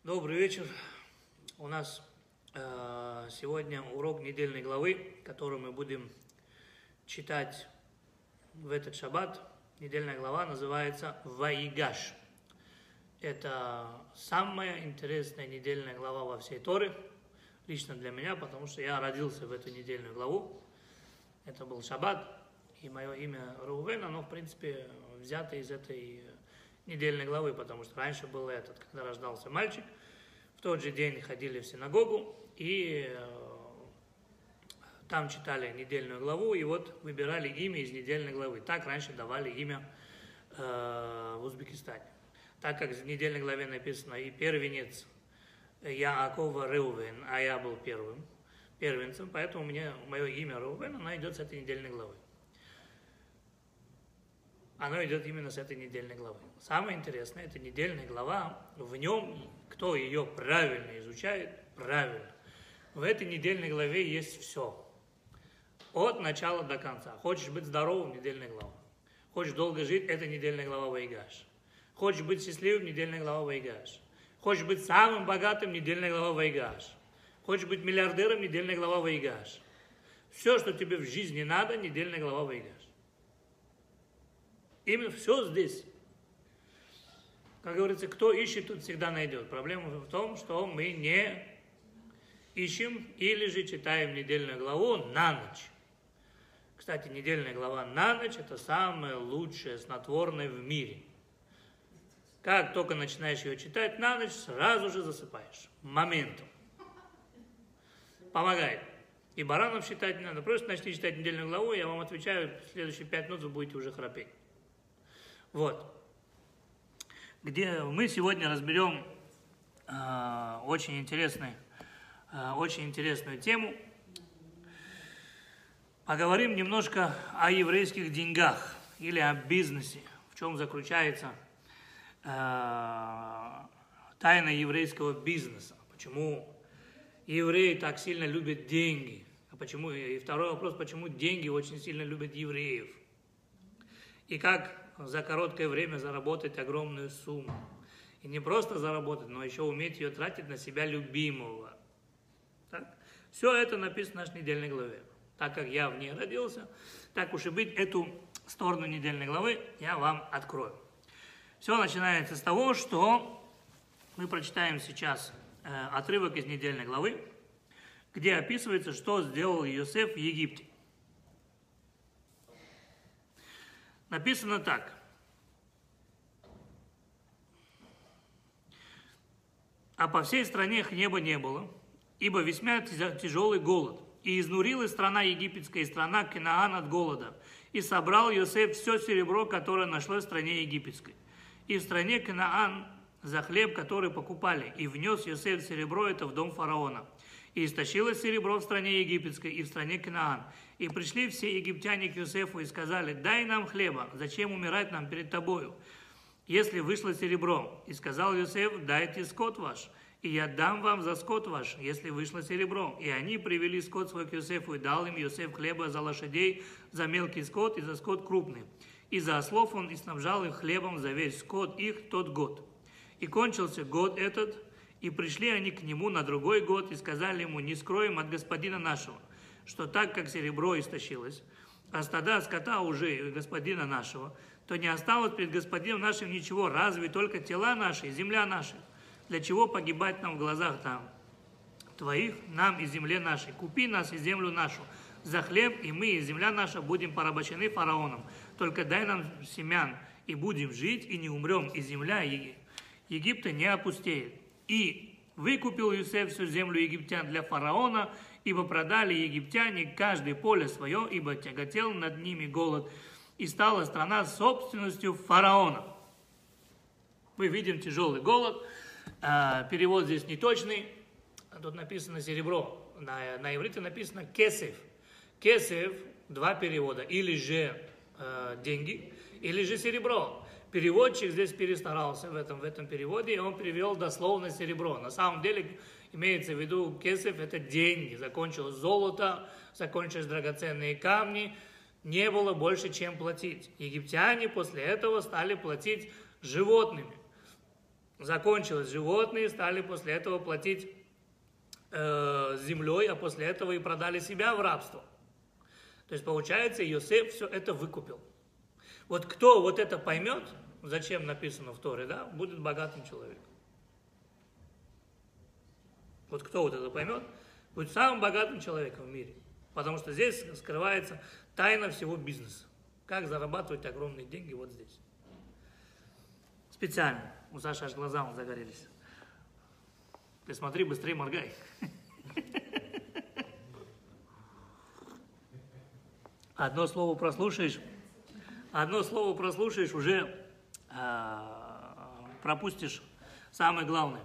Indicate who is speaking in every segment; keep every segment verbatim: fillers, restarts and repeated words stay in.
Speaker 1: Добрый вечер. У нас э, сегодня урок недельной главы, которую мы будем читать в этот шаббат. Недельная глава называется Ваигаш. Это самая интересная недельная глава во всей Торе, лично для меня, потому что я родился в эту недельную главу. Это был шаббат, и мое имя Реувен, оно, в принципе, взято из этой недельной главы, потому что раньше был этот, когда рождался мальчик, в тот же день ходили в синагогу, и э, там читали недельную главу, и вот выбирали имя из недельной главы. Так раньше давали имя э, в Узбекистане. Так как в недельной главе написано и первенец Яакова Реувен, а я был первым первенцем, поэтому мне мое имя Реувен, оно идет с этой недельной главы. Оно идет именно с этой недельной главы. Самое интересное, это недельная глава, в нем, кто ее правильно изучает, правильно. В этой недельной главе есть все. От начала до конца. Хочешь быть здоровым, недельная глава. Хочешь долго жить, это недельная глава Ваигаш. Хочешь быть счастливым, недельная глава Ваигаш. Хочешь быть самым богатым, недельная глава Ваигаш. Хочешь быть миллиардером, недельная глава Ваигаш. Все, что тебе в жизни надо, недельная глава Ваигаш. Именно все здесь. Как говорится, кто ищет, тут всегда найдет. Проблема в том, что мы не ищем или же читаем недельную главу на ночь. Кстати, недельная глава на ночь – это самое лучшее снотворное в мире. Как только начинаешь ее читать на ночь, сразу же засыпаешь. Моментом. Помогает. И баранов считать не надо. Просто начните читать недельную главу, я вам отвечаю, в следующие пять минут вы будете уже храпеть. Вот. Где мы сегодня разберем э, очень, интересный, э, очень интересную тему. Поговорим немножко о еврейских деньгах или о бизнесе. В чем заключается э, тайна еврейского бизнеса. Почему евреи так сильно любят деньги. А почему, и второй вопрос, почему деньги очень сильно любят евреев. И как за короткое время заработать огромную сумму. И не просто заработать, но еще уметь ее тратить на себя любимого. Так? Все это написано в нашей недельной главе. Так как я в ней родился, так уж и быть, эту сторону недельной главы я вам открою. Все начинается с того, что мы прочитаем сейчас э, отрывок из недельной главы, где описывается, что сделал Йосеф в Египте. Написано так. А по всей стране хлеба не было, ибо весьма тяжелый голод. И изнурилась страна египетская и страна Канаан от голода. И собрал Йосеф все серебро, которое нашлось в стране египетской. И в стране Канаан за хлеб, который покупали. И внес Йосеф серебро это в дом фараона. И истощилось серебро в стране египетской и в стране Канаан. И пришли все египтяне к Йосефу и сказали: дай нам хлеба, зачем умирать нам перед тобою, если вышло серебро? И сказал Йосеф: дайте скот ваш, и я дам вам за скот ваш, если вышло серебро. И они привели скот свой к Йосефу, и дал им Йосеф хлеба за лошадей, за мелкий скот и за скот крупный. И за ослов он и снабжал их хлебом за весь скот их тот год. И кончился год этот, и пришли они к нему на другой год, и сказали ему: не скроем от господина нашего, что так как серебро истощилось, а стада скота уже господина нашего, то не осталось перед господином нашим ничего, разве только тела наши и земля наша. Для чего погибать нам в глазах там твоих, нам и земле нашей? Купи нас и землю нашу за хлеб, и мы и земля наша будем порабощены фараоном. Только дай нам семян, и будем жить, и не умрем, и земля Египта не опустеет. И выкупил Йосеф всю землю египтян для фараона, ибо продали египтяне каждое поле свое, ибо тяготел над ними голод, и стала страна собственностью фараона. Мы видим тяжелый голод. Перевод здесь неточный. Тут написано серебро. На, на иврите написано кесев. Кесев, два перевода. Или же э, деньги, или же серебро. Переводчик здесь перестарался в этом, в этом переводе, и он перевел дословно серебро. На самом деле имеется в виду кесев – это деньги. Закончилось золото, закончились драгоценные камни. Не было больше чем платить. Египтяне после этого стали платить животными. закончилось, животные стали после этого платить э, землей, а после этого и продали себя в рабство. То есть, получается, Йосеф все это выкупил. Вот кто вот это поймет, зачем написано в Торе, да, будет богатым человеком. Вот кто вот это поймет, будет самым богатым человеком в мире. Потому что здесь скрывается тайна всего бизнеса. Как зарабатывать огромные деньги вот здесь. Специально. У Саши аж глаза вон загорелись. Ты смотри, быстрее моргай. Одно слово прослушаешь, одно слово прослушаешь, уже э, пропустишь самое главное.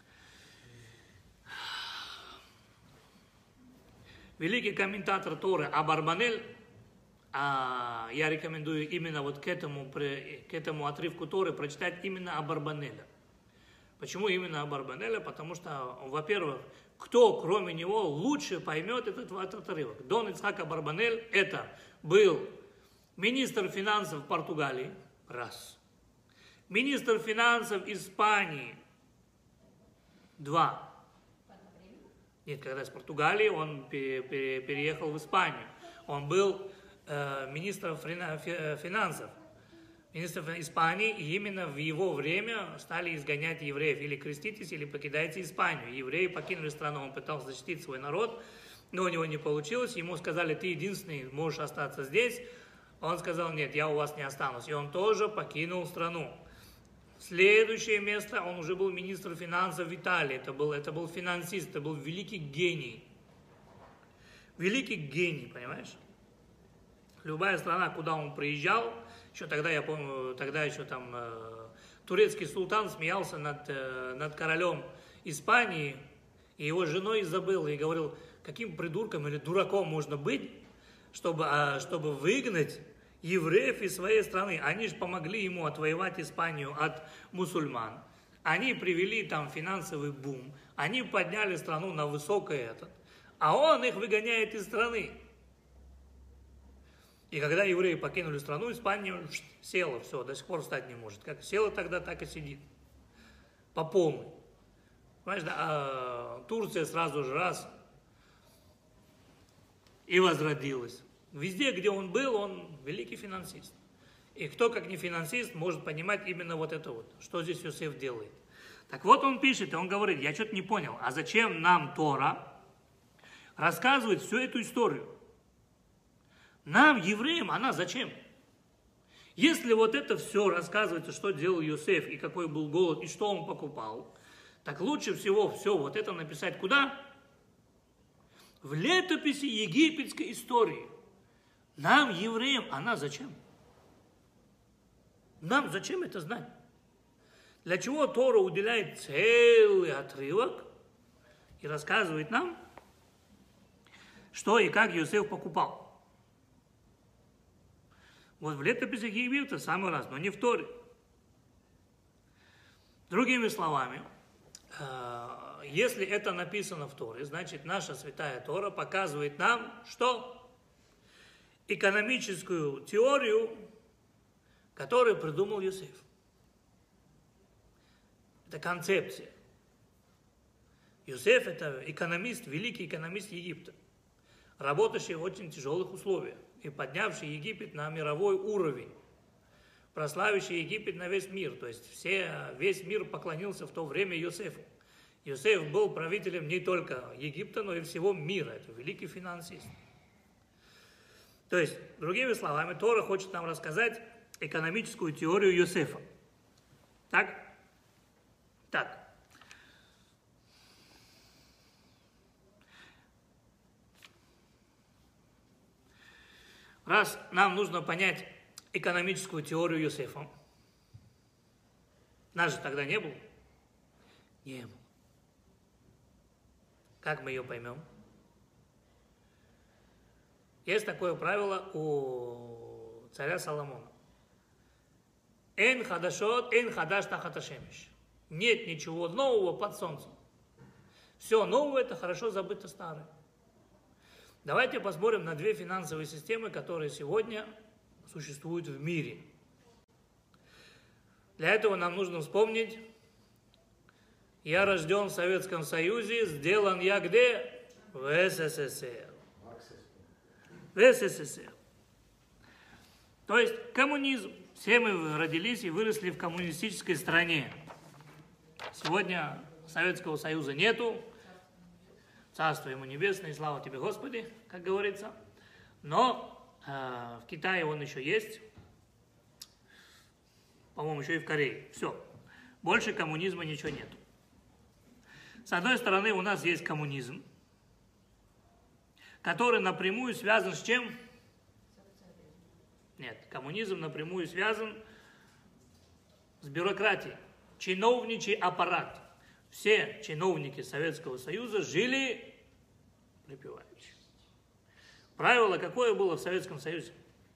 Speaker 1: Великий комментатор Торы Абарбанель, а, я рекомендую именно вот к этому, к этому отрывку Торы прочитать именно Абарбанеля. Почему именно Абарбанеля? Потому что, во-первых, кто, кроме него, лучше поймет этот, этот отрывок? Дон Ицхак Абарбанель, это был министр финансов Португалии, раз. Министр финансов Испании, два. Нет, когда из Португалии он переехал в Испанию. Он был э, министром финансов, министром Испании, и именно в его время стали изгонять евреев. Или креститесь, или покидайте Испанию. Евреи покинули страну, он пытался защитить свой народ, но у него не получилось. Ему сказали, ты единственный можешь остаться здесь. Он сказал, нет, я у вас не останусь. И он тоже покинул страну. Следующее место, он уже был министр финансов в Италии, это был, это был финансист, это был великий гений. Великий гений, понимаешь? Любая страна, куда он приезжал, еще тогда, я помню, тогда еще там э, турецкий султан смеялся над, э, над королем Испании, и его женой Изабеллой, и говорил, каким придурком или дураком можно быть, чтобы, э, чтобы выгнать евреев из своей страны. Они же помогли ему отвоевать Испанию от мусульман. Они привели там финансовый бум. Они подняли страну на высокое этот. А он их выгоняет из страны. И когда евреи покинули страну, Испания села, все, до сих пор встать не может. Как села тогда, так и сидит. По полной. Понимаешь, да, а Турция сразу же раз и возродилась. Везде, где он был, он великий финансист. И кто, как не финансист, может понимать именно вот это вот, что здесь Йосеф делает. Так вот он пишет, и он говорит, я что-то не понял, а зачем нам Тора рассказывает всю эту историю? Нам, евреям, она зачем? Если вот это все рассказывается, что делал Йосеф, и какой был голод, и что он покупал, так лучше всего все вот это написать куда? В летописи египетской истории. Нам, евреям, она зачем? Нам зачем это знать? Для чего Тора уделяет целый отрывок и рассказывает нам, что и как Йосеф покупал? Вот в летописях Египта самый раз, но не в Торе. Другими словами, если это написано в Торе, значит наша святая Тора показывает нам, что экономическую теорию, которую придумал Йосеф. Это концепция. Йосеф – это экономист, великий экономист Египта, работающий в очень тяжелых условиях и поднявший Египет на мировой уровень, прославивший Египет на весь мир. То есть все, весь мир поклонился в то время Йосефу. Йосеф был правителем не только Египта, но и всего мира. Это великий финансист. То есть, другими словами, Тора хочет нам рассказать экономическую теорию Йосефа. Так? Так. Раз нам нужно понять экономическую теорию Йосефа, нас же тогда не было? Не было. Как мы ее поймем? Есть такое правило у царя Соломона. Эн хадашот, эн хадаш тахат ашемеш. Нет ничего нового под солнцем. Все новое – это хорошо забыто старое. Давайте посмотрим на две финансовые системы, которые сегодня существуют в мире. Для этого нам нужно вспомнить Я рожден в Советском Союзе, сделан я где? В СССР. В СССР. То есть коммунизм. Все мы родились и выросли в коммунистической стране. Сегодня Советского Союза нету. Царство ему небесное, слава тебе, Господи, как говорится. Но э, в Китае он еще есть. По-моему, еще и в Корее. Все. Больше коммунизма ничего нету. С одной стороны, у нас есть коммунизм, который напрямую связан с чем? Нет, коммунизм напрямую связан с бюрократией. Чиновничий аппарат. Все чиновники Советского Союза жили припеваючи. Правило какое было в Советском Союзе?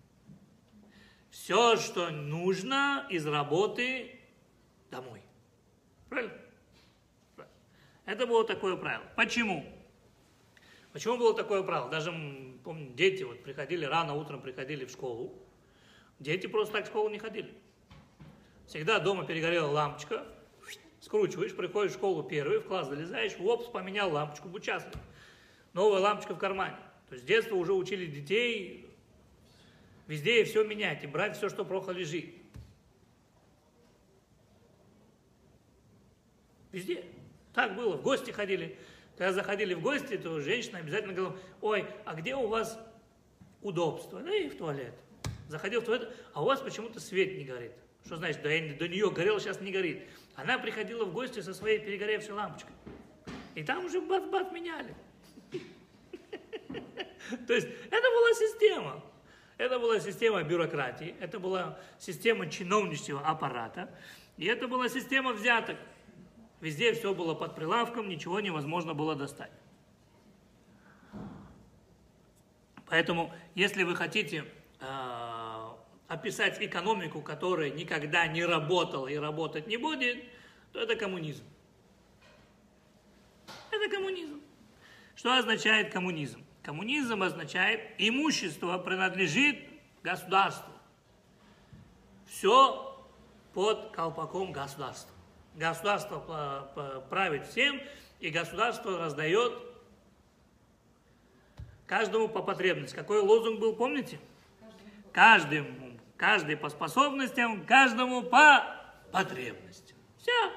Speaker 1: Все, что нужно из работы домой. Правильно? Правильно. Это было такое правило. Почему? Почему было такое правило? Даже, помню, дети вот приходили, рано утром приходили в школу. Дети просто так в школу не ходили. Всегда дома перегорела лампочка, скручиваешь, приходишь в школу первый, в класс залезаешь, опс, поменял лампочку, будь счастлив. Новая лампочка в кармане. То есть с детства уже учили детей везде и все менять, и брать все, что плохо лежит. Везде. Так было. В гости ходили. Когда заходили в гости, то женщина обязательно говорила: ой, а где у вас удобство? Да и в туалет. Заходил в туалет, а у вас почему-то свет не горит. Что значит, до, до нее горел, сейчас не горит. Она приходила в гости со своей перегоревшей лампочкой. И там уже бац-бац меняли. То есть это была система. Это была система бюрократии, это была система чиновничьего аппарата, и это была система взяток. Везде все было под прилавком, ничего невозможно было достать. Поэтому, если вы хотите э, описать экономику, которая никогда не работала и работать не будет, то это коммунизм. Это коммунизм. Что означает коммунизм? Коммунизм означает, имущество принадлежит государству. Все под колпаком государства. Государство правит всем, и государство раздает каждому по потребности. Какой лозунг был, помните? Каждому, каждый по способностям, каждому по потребностям. Все.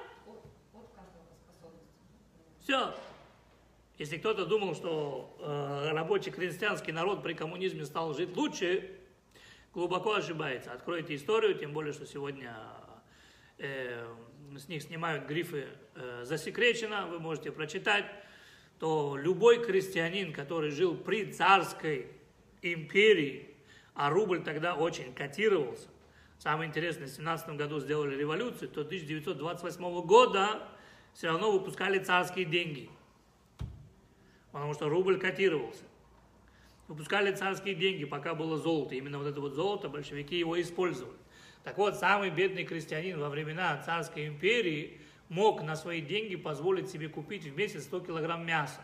Speaker 1: Все. Если кто-то думал, что э, рабочий крестьянский народ при коммунизме стал жить лучше, глубоко ошибается. Откройте историю, тем более, что сегодня э, с них снимают грифы э, «засекречено», вы можете прочитать, то любой крестьянин, который жил при царской империи, а рубль тогда очень котировался, самое интересное, в семнадцатом году сделали революцию, то тысяча девятьсот двадцать восьмого года все равно выпускали царские деньги. Потому что рубль котировался. Выпускали царские деньги, пока было золото. Именно вот это вот золото большевики его использовали. Так вот, самый бедный крестьянин во времена царской империи мог на свои деньги позволить себе купить в месяц сто килограмм мяса.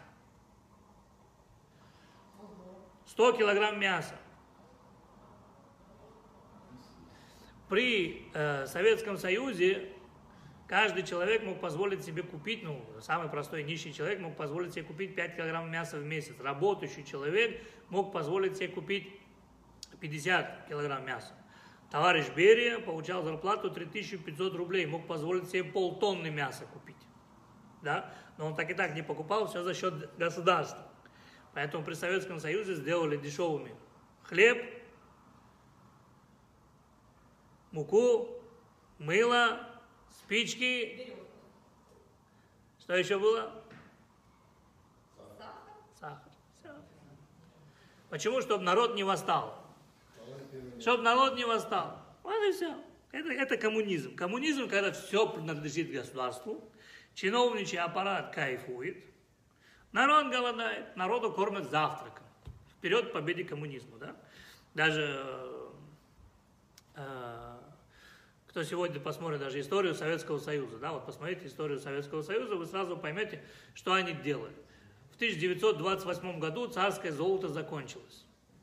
Speaker 1: сто килограмм мяса. При э, Советском Союзе каждый человек мог позволить себе купить, ну, самый простой нищий человек мог позволить себе купить пять килограмм мяса в месяц. Работающий человек мог позволить себе купить пятьдесят килограмм мяса. Товарищ Берия получал зарплату три тысячи пятьсот рублей, мог позволить себе полтонны мяса купить. Да? Но он так и так не покупал, все за счет государства. Поэтому при Советском Союзе сделали дешевыми хлеб, муку, мыло, спички. Что еще было? Сахар. Все. Почему? Чтобы народ не восстал. Чтобы народ не восстал. Вот и все. Это, это коммунизм. Коммунизм, когда все принадлежит государству, чиновничий аппарат кайфует, народ голодает, народу кормят завтраком. Вперед к победе коммунизма. Да? Даже э, кто сегодня посмотрит даже историю Советского Союза, да, вот посмотрите историю Советского Союза, вы сразу поймете, что они делали. В тысяча девятьсот двадцать восьмом году царское золото закончилось.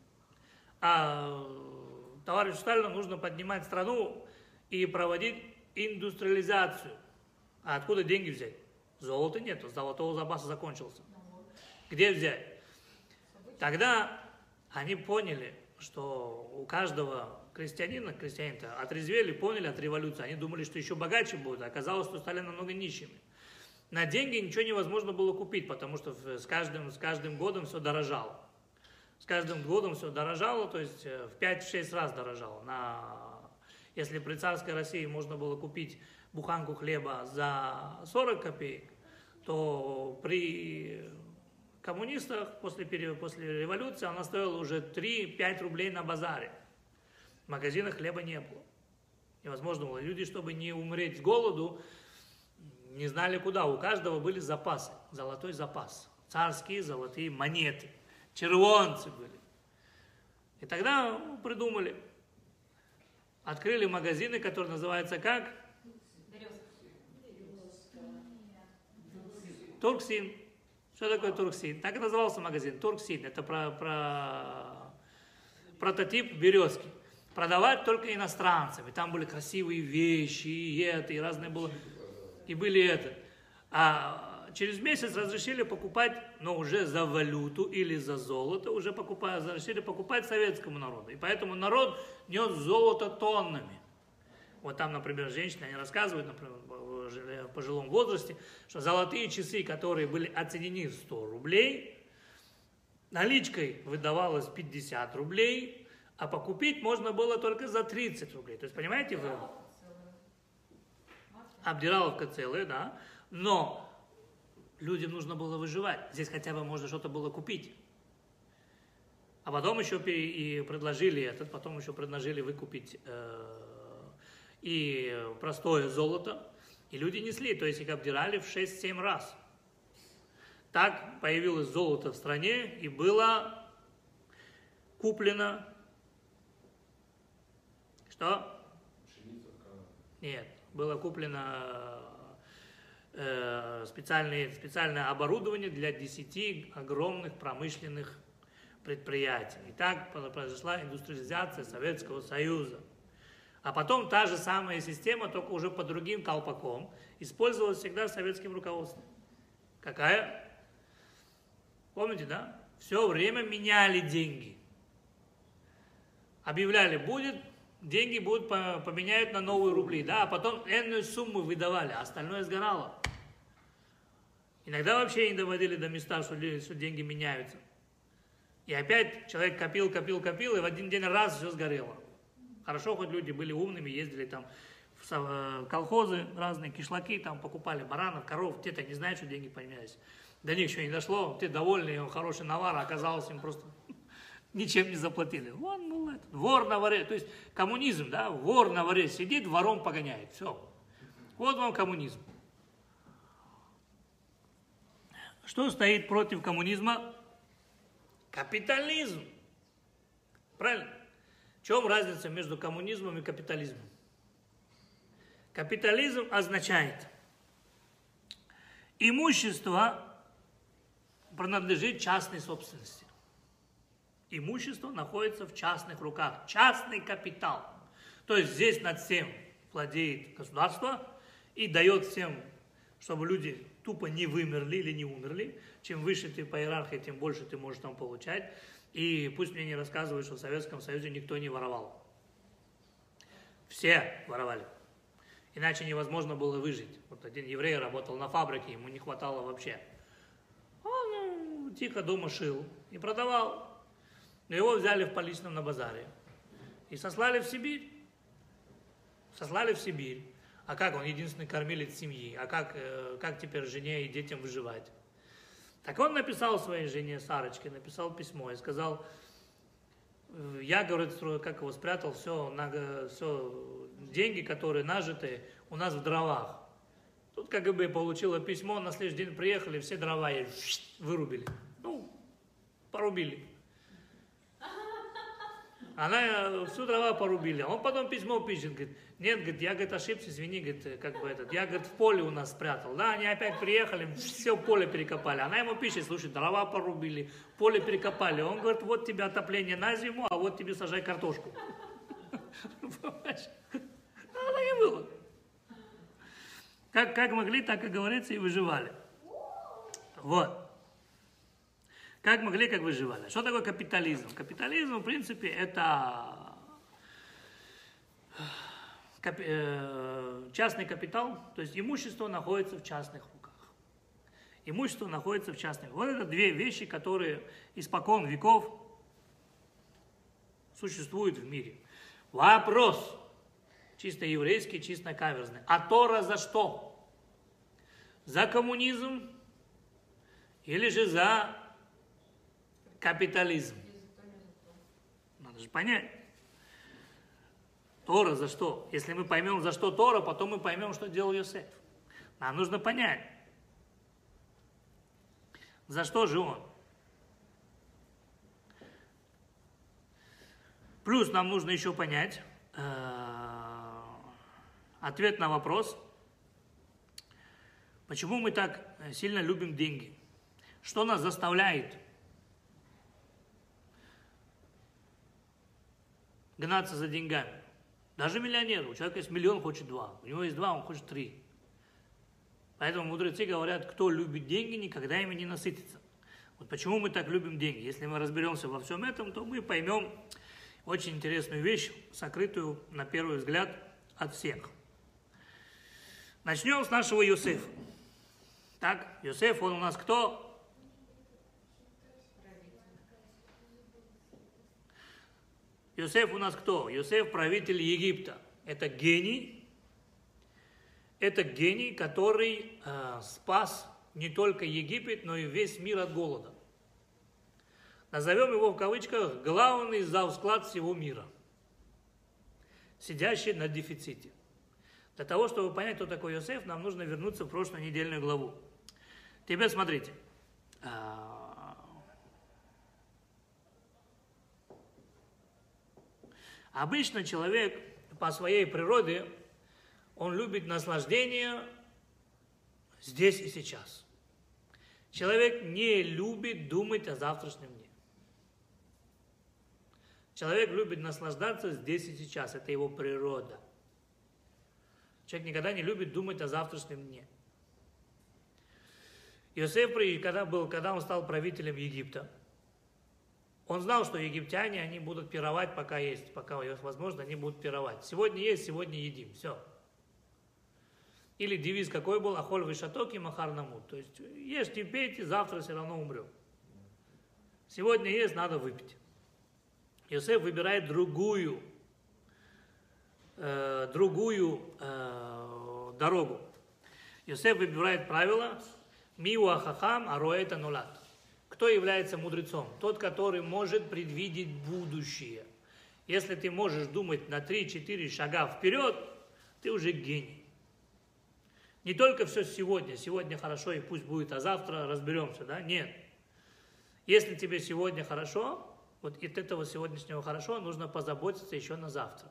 Speaker 1: А товарищу Сталину нужно поднимать страну и проводить индустриализацию. А откуда деньги взять? Золота нету, золотого запаса закончился. Где взять? Тогда они поняли, что у каждого крестьянина, крестьянина отрезвели, поняли от революции. Они думали, что еще богаче будут, а оказалось, что стали намного нищими. На деньги ничего невозможно было купить, потому что с каждым, с каждым годом все дорожало. С каждым годом все дорожало, то есть в пять-шесть раз дорожало. На... Если при царской России можно было купить буханку хлеба за сорок копеек, то при коммунистах после, после революции она стоила уже три-пять рублей на базаре. В магазинах хлеба не было. Невозможно было. Люди, чтобы не умереть с голоду, не знали куда. У каждого были запасы, золотой запас. Царские золотые монеты. Червонцы были. И тогда придумали. Открыли магазины, которые называются как? Турксин. Что такое Турксин? Так и назывался магазин. Турксин. Это про, про прототип березки. Продавать только иностранцам. И там были красивые вещи, и это, и разные было. И были это. А через месяц разрешили покупать, но уже за валюту или за золото, уже покупать, разрешили покупать советскому народу. И поэтому народ нес золото тоннами. Вот там, например, женщины, они рассказывают, например, в пожилом возрасте, что золотые часы, которые были оценены в сто рублей, наличкой выдавалось пятьдесят рублей, а покупить можно было только за тридцать рублей. То есть, понимаете, вы... Обдираловка целая, да, но людям нужно было выживать. Здесь хотя бы можно что-то было купить. А потом еще и предложили этот, потом еще предложили выкупить э, и простое золото, и люди несли, то есть их обдирали в шесть-семь раз. Так появилось золото в стране, и было куплено... Что? Нет. Было куплено э, специальное, специальное оборудование для десяти огромных промышленных предприятий. И так произошла индустриализация Советского Союза. А потом та же самая система, только уже под другим колпаком, использовалась всегда советским руководством. Какая? Помните, да? Все время меняли деньги. Объявляли, будет... Деньги будут поменяют на новые рубли, да, а потом энную сумму выдавали, а остальное сгорало. Иногда вообще не доводили до места, что, что деньги меняются. И опять человек копил, копил, копил, и в один день раз все сгорело. Хорошо, хоть люди были умными, ездили там в колхозы разные, кишлаки, там покупали баранов, коров, те-то не знают, что деньги поменялись. До них еще не дошло, те довольные, хороший навар, а оказалось им просто... Ничем не заплатили. Вон, ну, это, вор на воре. То есть коммунизм, да, вор на воре сидит, вором погоняет. Все. Вот вам коммунизм. Что стоит против коммунизма? Капитализм. Правильно? В чем разница между коммунизмом и капитализмом? Капитализм означает, имущество принадлежит частной собственности. Имущество находится в частных руках, частный капитал. То есть здесь над всем владеет государство и дает всем, чтобы люди тупо не вымерли или не умерли. Чем выше ты по иерархии, тем больше ты можешь там получать. И пусть мне не рассказывают, что в Советском Союзе никто не воровал. Все воровали. Иначе невозможно было выжить. Вот один еврей работал на фабрике, ему не хватало вообще. Он ну, тихо дома шил и продавал. Но его взяли в поличном на базаре и сослали в Сибирь. Сослали в Сибирь. А как он единственный кормилец семьи? А как, э, как теперь жене и детям выживать? Так он написал своей жене Сарочке, написал письмо и сказал, я, говорит, как его спрятал, все, на, все деньги, которые нажиты у нас в дровах. Тут КГБ получила письмо, на следующий день приехали, все дрова ей вырубили. Ну, порубили. Она всю дрова порубили. Он потом письмо пишет, говорит, нет, говорит, я, говорит, ошибся, извини, говорит, как бы этот, я, говорит, в поле у нас спрятал. Да, они опять приехали, все поле перекопали. Она ему пишет, слушай, дрова порубили, поле перекопали. Он говорит, вот тебе отопление на зиму, а вот тебе сажай картошку. Понимаешь? Так и было. Как, как могли, так, как говорится, и выживали. Вот. Как могли, как выживали. Что такое капитализм? Капитализм, в принципе, это капи... частный капитал, то есть имущество находится в частных руках. Имущество находится в частных руках. Вот это две вещи, которые испокон веков существуют в мире. Вопрос. Чисто еврейский, чисто каверзный. А Тора за что? За коммунизм или же за капитализм? Надо же понять. Тора за что? Если мы поймем, за что Тора, потом мы поймем, что делал Йосеф. Нам нужно понять. За что же он? Плюс нам нужно еще понять э, ответ на вопрос, почему мы так сильно любим деньги? Что нас заставляет гнаться за деньгами? Даже миллионер, у человека есть миллион, хочет два, у него есть два, он хочет три. Поэтому мудрецы говорят, кто любит деньги, никогда ими не насытится. Вот почему мы так любим деньги. Если мы разберемся во всем этом, то мы поймем очень интересную вещь, сокрытую на первый взгляд от всех. Начнем с нашего Йосефа. Так, Йосеф, он у нас кто? Йосеф у нас кто? Йосеф правитель Египта. Это гений. Это гений, который э, спас не только Египет, но и весь мир от голода. Назовем его в кавычках главный завсклад всего мира, сидящий на дефиците. Для того, чтобы понять, кто такой Йосеф, нам нужно вернуться в прошлую недельную главу. Теперь смотрите. Обычно человек по своей природе, он любит наслаждение здесь и сейчас. Человек не любит думать о завтрашнем дне. Человек любит наслаждаться здесь и сейчас. Это его природа. Человек никогда не любит думать о завтрашнем дне. Йосеф, когда, был, когда он стал правителем Египта, он знал, что египтяне, они будут пировать, пока есть, пока есть возможность, они будут пировать. Сегодня есть, сегодня едим, все. Или девиз какой был? Ахоль вишаток и махар намут. То есть ешьте, пейте, завтра все равно умрем. Сегодня есть, надо выпить. Йосеф выбирает другую, э, другую э, дорогу. Йосеф выбирает правило «Миуа хахам ароэта нулат». Кто является мудрецом? Тот, который может предвидеть будущее. Если ты можешь думать на три-четыре шага вперед, ты уже гений. Не только все сегодня, сегодня хорошо и пусть будет, а завтра разберемся, да? Нет. Если тебе сегодня хорошо, вот от этого сегодняшнего хорошо нужно позаботиться еще на завтра.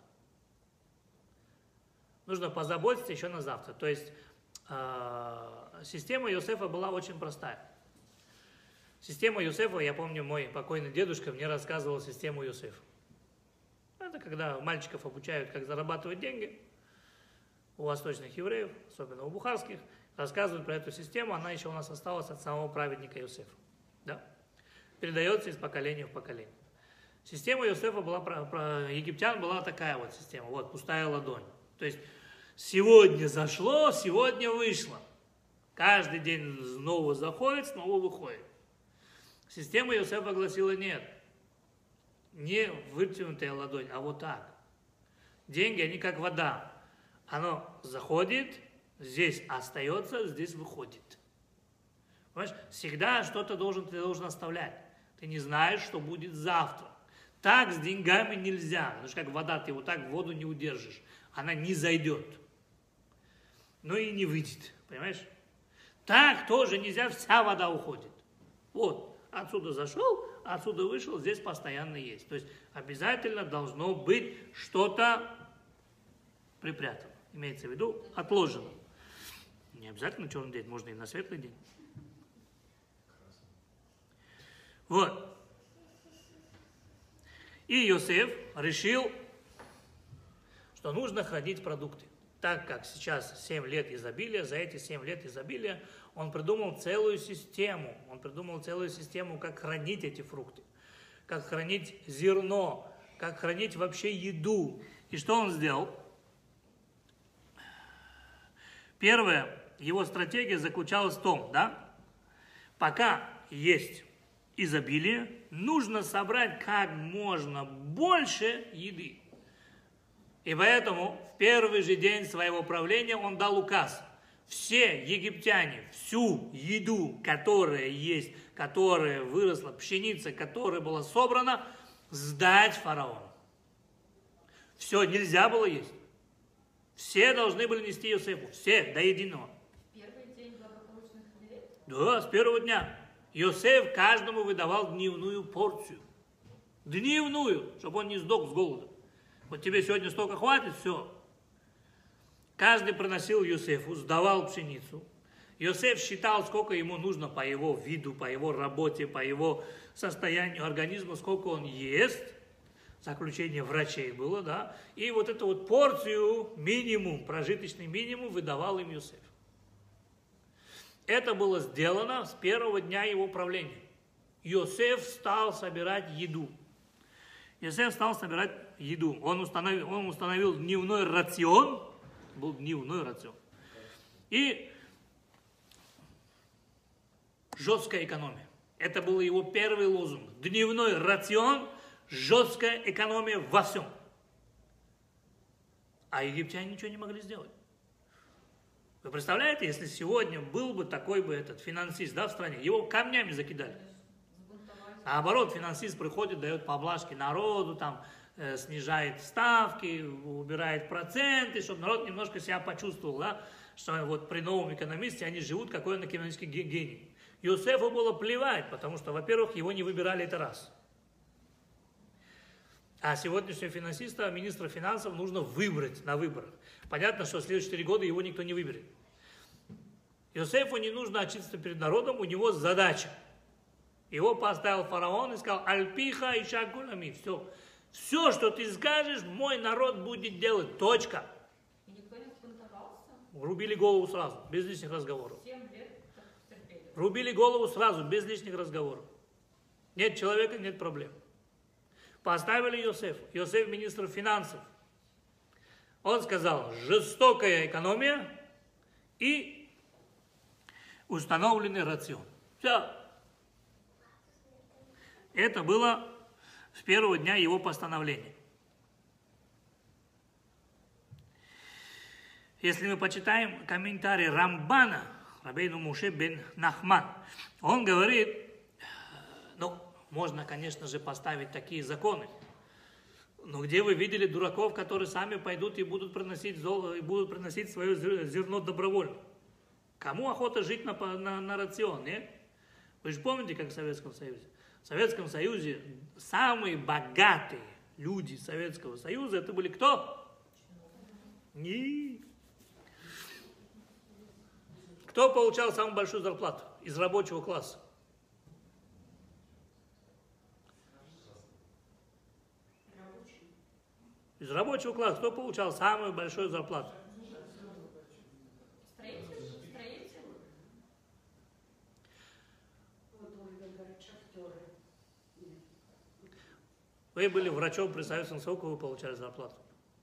Speaker 1: Нужно позаботиться еще на завтра. То есть э, система Йосефа была очень простая. Система Йосефа, я помню, мой покойный дедушка мне рассказывал систему Йосефа. Это когда мальчиков обучают, как зарабатывать деньги. У восточных евреев, особенно у бухарских, рассказывают про эту систему. Она еще у нас осталась от самого праведника Йосефа. Да? Передается из поколения в поколение. Система Йосефа была, про, про египтян была такая вот система. Вот, пустая ладонь. То есть, сегодня зашло, сегодня вышло. Каждый день снова заходит, снова выходит. Система Йосефа гласила нет. Не вытянутая ладонь, а вот так. Деньги, они как вода. Оно заходит, здесь остается, здесь выходит. Понимаешь? Всегда что-то должен, ты должен оставлять. Ты не знаешь, что будет завтра. Так с деньгами нельзя. Потому что как вода, ты вот так в воду не удержишь. Она не зайдет. Но и не выйдет. Понимаешь? Так тоже нельзя, вся вода уходит. Вот. Отсюда зашел, отсюда вышел, здесь постоянно есть. То есть обязательно должно быть что-то припрятано. Имеется в виду отложено. Не обязательно черный день, можно и на светлый день. Вот. И Йосеф решил, что нужно хранить продукты. так как сейчас семь лет изобилия, за эти семь лет изобилия он придумал целую систему. Он придумал целую систему, как хранить эти фрукты, как хранить зерно, как хранить вообще еду. И что он сделал? Первая его стратегия заключалась в том, да, пока есть изобилие, нужно собрать как можно больше еды. И поэтому в первый же день своего правления он дал указ. Все египтяне, всю еду, которая есть, которая выросла, пшеница, которая была собрана, сдать фараону. Все, нельзя было есть. Все должны были нести Йосефу, все, до единого.
Speaker 2: Первый день благополучных лет?
Speaker 1: Да, с первого дня. Йосеф каждому выдавал дневную порцию. Дневную, чтобы он не сдох с голода. Вот тебе сегодня столько хватит, все. Каждый приносил Йосефу, сдавал пшеницу. Йосеф считал, сколько ему нужно по его виду, по его работе, по его состоянию организма, сколько он ест. Заключение врачей было, да. И вот эту вот порцию, минимум, прожиточный минимум, выдавал им Йосеф. Это было сделано с первого дня его правления. Йосеф стал собирать еду. Йосеф стал собирать еду. Он установил, он установил дневной рацион. Был дневной рацион. И жесткая экономия. Это был его первый лозунг. Дневной рацион, жесткая экономия во всем. А египтяне ничего не могли сделать. Вы представляете, если сегодня был бы такой бы этот финансист, да, в стране, его камнями закидали. Наоборот, финансист приходит, дает поблажки народу, там, э, снижает ставки, убирает проценты, чтобы народ немножко себя почувствовал, да, что вот при новом экономисте они живут, какой он экономический гений. Йосефу было плевать, потому что, во-первых, его не выбирали, это раз. А сегодняшнего финансиста, министра финансов, нужно выбрать на выборах. Понятно, что в следующие четыре года его никто не выберет. Йосефу не нужно отчитываться перед народом, у него задача. Его поставил фараон и сказал: «Альпиха и шакулами». Все. Все, что ты скажешь, мой народ будет делать. Точка.
Speaker 2: И никто не взбунтовался?
Speaker 1: Рубили голову сразу, без лишних разговоров.
Speaker 2: Семь лет терпели.
Speaker 1: Рубили голову сразу, без лишних разговоров. Нет человека, нет проблем. Поставили Йосефа. Йосеф министр финансов. Он сказал: жестокая экономия и установленный рацион. Все. Это было с первого дня его постановления. Если мы почитаем комментарий Рамбана, Рабейну Моше бен Нахман, он говорит, ну, можно, конечно же, поставить такие законы, но где вы видели дураков, которые сами пойдут и будут приносить, золото, и будут приносить свое зерно добровольно? Кому охота жить на, на, на рацион, нет? Вы же помните, как в Советском Союзе? В Советском Союзе самые богатые люди Советского Союза, это были кто? Не. Кто получал самую большую зарплату из рабочего класса? Из рабочего класса кто получал самую большую зарплату?
Speaker 2: Строитель? Строитель?
Speaker 1: Вы были врачом при Советском Союзе, сколько вы получали зарплату?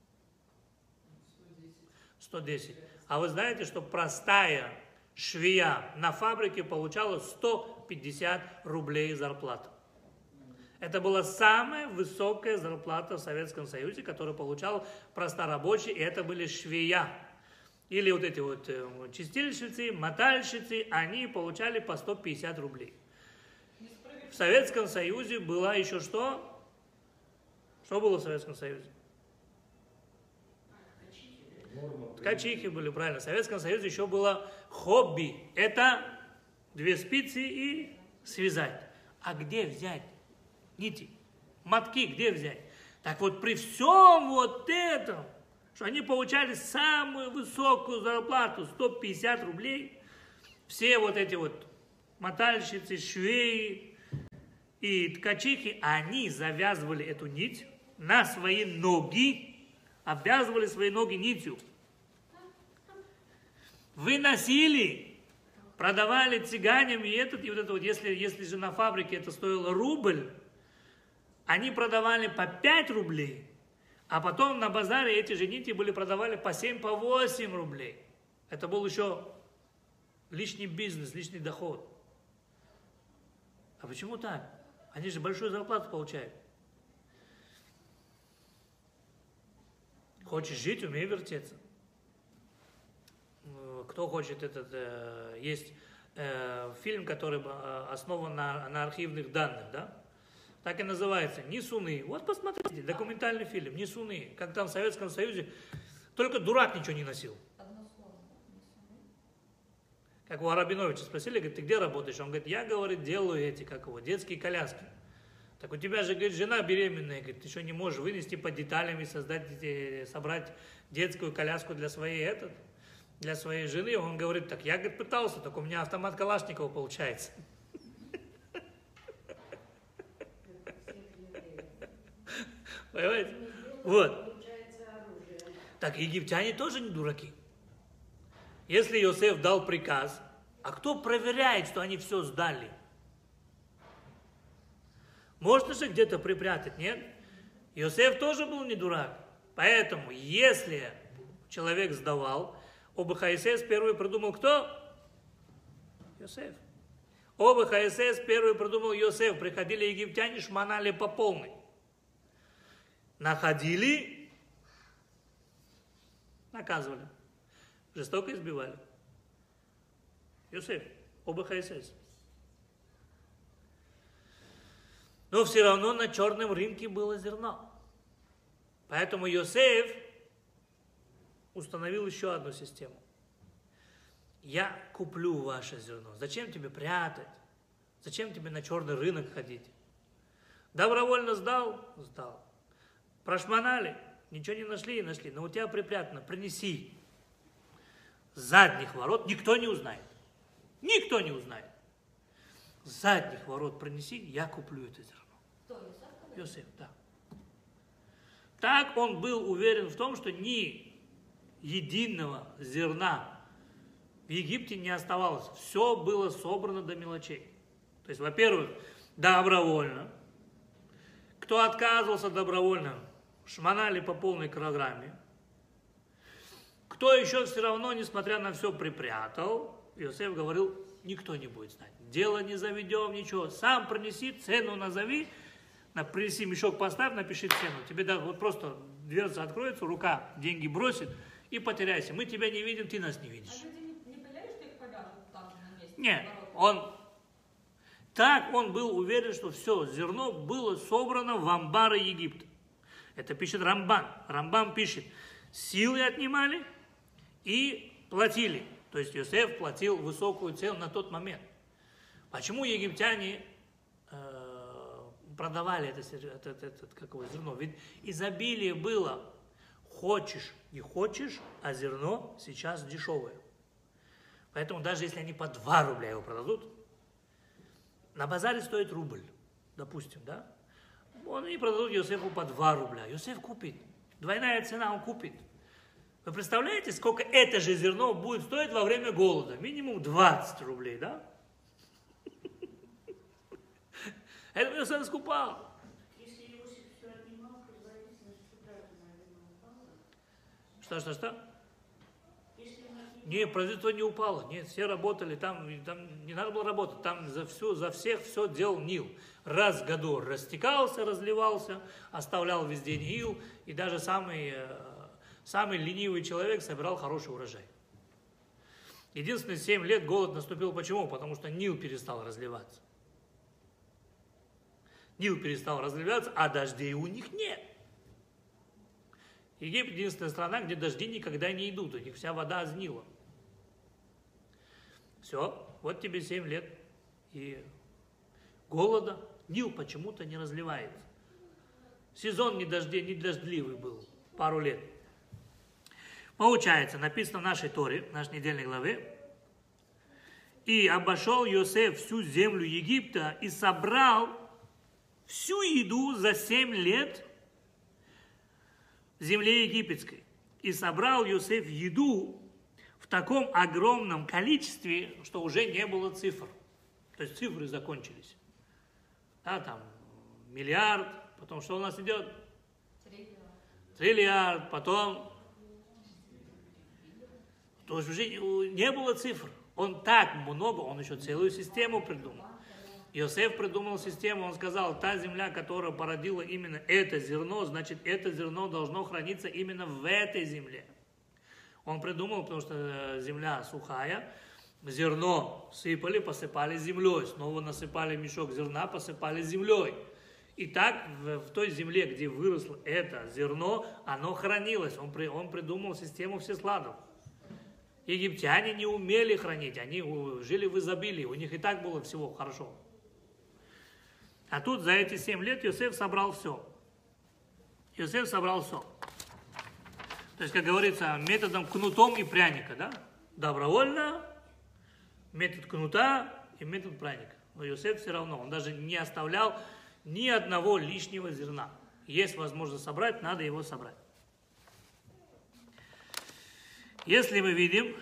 Speaker 1: сто десять. А вы знаете, что простая швея на фабрике получала сто пятьдесят рублей зарплату? Это была самая высокая зарплата в Советском Союзе, которую получал просторабочий, и это были швея. Или вот эти вот э, чистильщицы, мотальщицы, они получали по сто пятьдесят рублей. В Советском Союзе была еще что? Что было в Советском Союзе? Ткачихи были, правильно. В Советском Союзе еще было хобби. Это две спицы и связать. А где взять нити? Мотки где взять? Так вот, при всем вот этом, что они получали самую высокую зарплату, сто пятьдесят рублей, все вот эти вот мотальщицы, швеи и ткачихи, они завязывали эту нить на свои ноги, обвязывали свои ноги нитью. Выносили, продавали цыганям, и этот, и вот это вот, если, если же на фабрике это стоило рубль, они продавали по пять рублей, а потом на базаре эти же нити были продавали по семь, по восемь рублей. Это был еще лишний бизнес, лишний доход. А почему так? Они же большую зарплату получают. Хочешь жить, умей вертеться. Кто хочет этот... Э, есть э, фильм, который основан на, на архивных данных, да? Так и называется «Несуны». Вот посмотрите, документальный фильм «Несуны». Как там в Советском Союзе только дурак ничего не носил.
Speaker 2: Одно слово. Несуны.
Speaker 1: Как у Арабиновича спросили, говорит, ты где работаешь? Он говорит, я, говорит, делаю эти, как его, детские коляски. Так у тебя же, говорит, жена беременная, говорит, ты что, не можешь вынести по деталям и создать, собрать детскую коляску для своей, этот, для своей жены? Он говорит, так я, говорит, пытался, только у меня автомат Калашникова получается. Понимаете? Вот. Так египтяне тоже не дураки. Если Иосиф дал приказ, а кто проверяет, что они все сдали? Можно же где-то припрятать, нет? Иосиф тоже был не дурак. Поэтому, если человек сдавал, оба Хаисес первый придумал кто? Иосиф. Оба Хаисес первый придумал Иосиф. Приходили египтяне, шмонали по полной. Находили, наказывали. Жестоко избивали. Иосиф, оба Хаисес. Но все равно на черном рынке было зерно. Поэтому Иосиф установил еще одну систему. Я куплю ваше зерно. Зачем тебе прятать? Зачем тебе на черный рынок ходить? Добровольно сдал? Сдал. Прошмонали? Ничего не нашли и нашли. Но у тебя припрятано. Принеси. С задних ворот никто не узнает. Никто не узнает. С задних ворот принеси, я куплю это зерно.
Speaker 2: Кто, Иосиф?
Speaker 1: Иосиф, да. Так он был уверен в том, что ни единого зерна в Египте не оставалось. Все было собрано до мелочей. То есть, во-первых, добровольно. Кто отказывался добровольно, шмонали по полной программе. Кто еще все равно, несмотря на все, припрятал, Иосиф говорил, никто не будет знать. Дело не заведем, ничего. Сам принеси, цену назови, принеси мешок, поставь, напиши цену. Тебе да, вот просто дверца откроется, рука деньги бросит и потеряйся. Мы тебя не видим, ты нас не видишь.
Speaker 2: А люди не, не боялись, что их повяжут там на месте?
Speaker 1: Нет,
Speaker 2: наоборот?
Speaker 1: он... Так он был уверен, что все, зерно было собрано в амбары Египта. Это пишет Рамбан. Рамбан пишет, силы отнимали и платили. То есть Иосиф платил высокую цену на тот момент. Почему египтяне э, продавали это, это, это, это какое зерно? Ведь изобилие было. Хочешь, не хочешь, а зерно сейчас дешевое. Поэтому даже если они по два рубля его продадут, на базаре стоит рубль, допустим, да? Они продадут Иосифу по два рубля. Иосиф купит. Двойная цена он купит. Вы представляете, сколько это же зерно будет стоить во время голода? Минимум двадцать рублей, да? Это Иосиф скупал.
Speaker 3: Если Иосиф все отнимал, производительность труда, наверное, упала?
Speaker 1: Что, что, что?
Speaker 3: Если он отнимал...
Speaker 1: Нет, производство не упало. Нет, все работали, там, там не надо было работать. Там за, все, за всех все делал Нил. Раз в году растекался, разливался, оставлял везде Нил. И даже самый, самый ленивый человек собирал хороший урожай. Единственные семь лет голод наступил. Почему? Потому что Нил перестал разливаться. Нил перестал разливаться, а дождей у них нет. Египет единственная страна, где дожди никогда не идут. У них вся вода с Нила. Все, вот тебе семь лет и голода. Нил почему-то не разливается. Сезон не, дождей, не дождливый был пару лет. Получается, написано в нашей Торе, в нашей недельной главе, и обошел Иосиф всю землю Египта и собрал всю еду за семь лет в земле египетской. И собрал Иосиф еду в таком огромном количестве, что уже не было цифр. То есть цифры закончились. Да, там миллиард, потом что у нас идет?
Speaker 2: Триллиард.
Speaker 1: Триллиард, потом... То есть уже не было цифр. Он так много, он еще целую систему придумал. Иосиф придумал систему, он сказал, та земля, которая породила именно это зерно, значит, это зерно должно храниться именно в этой земле. Он придумал, потому что земля сухая, зерно сыпали, посыпали землей, снова насыпали мешок зерна, посыпали землей. И так в, в той земле, где выросло это зерно, оно хранилось. Он, при, он придумал систему всесладов. Египтяне не умели хранить, они жили в изобилии, у них и так было всего хорошо. А тут за эти семь лет Иосиф собрал все. Иосиф собрал все. То есть, как говорится, методом кнутом и пряника, да? Добровольно, метод кнута и метод пряника. Но Иосиф все равно, он даже не оставлял ни одного лишнего зерна. Есть возможность собрать, надо его собрать. Если мы видим,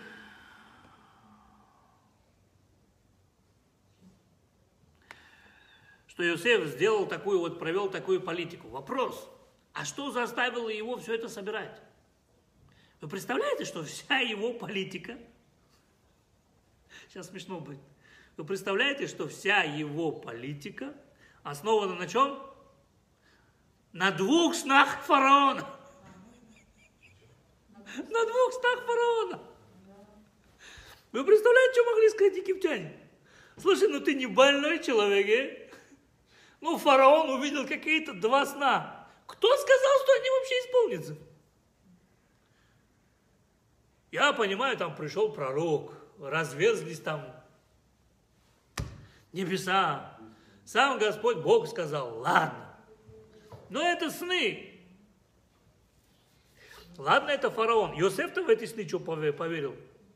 Speaker 1: что Иосиф сделал такую вот, провел такую политику. Вопрос, а что заставило его все это собирать? Вы представляете, что вся его политика, сейчас смешно будет, вы представляете, что вся его политика основана на чем? На двух снах фараона. На двух снах фараона. Вы представляете, что могли сказать египтяне? Слушай, ну ты не больной человек, э? Ну, фараон увидел какие-то два сна. Кто сказал, что они вообще исполнятся? Я понимаю, там пришел пророк, разверзлись там небеса. Сам Господь Бог сказал, ладно. Но это сны. Ладно, это фараон. Иосиф-то в эти сны что поверил?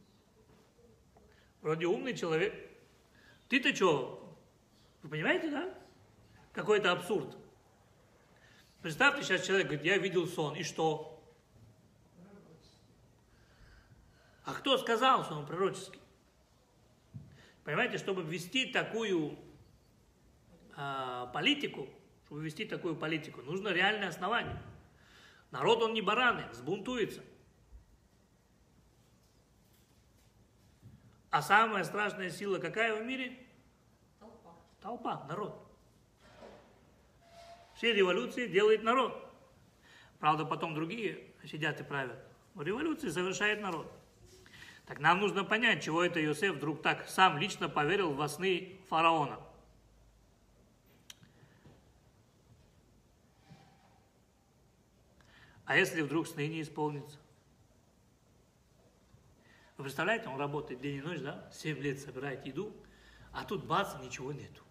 Speaker 1: Вроде умный человек. Ты-то что? Вы понимаете, да? Какой-то абсурд. Представьте, сейчас человек говорит, я видел сон, и что? А кто сказал, что он пророческий? Понимаете, чтобы ввести такую э, политику, чтобы ввести такую политику, нужно реальное основание. Народ, он не бараны, взбунтуется. А самая страшная сила какая в мире?
Speaker 2: Толпа.
Speaker 1: Толпа, народ. Все революции делает народ. Правда, потом другие сидят и правят. Но революции совершает народ. Так нам нужно понять, чего это Иосиф вдруг так сам лично поверил во сны фараона. А если вдруг сны не исполнятся? Вы представляете, он работает день и ночь, да? Семь лет собирает еду, а тут бац, ничего нету.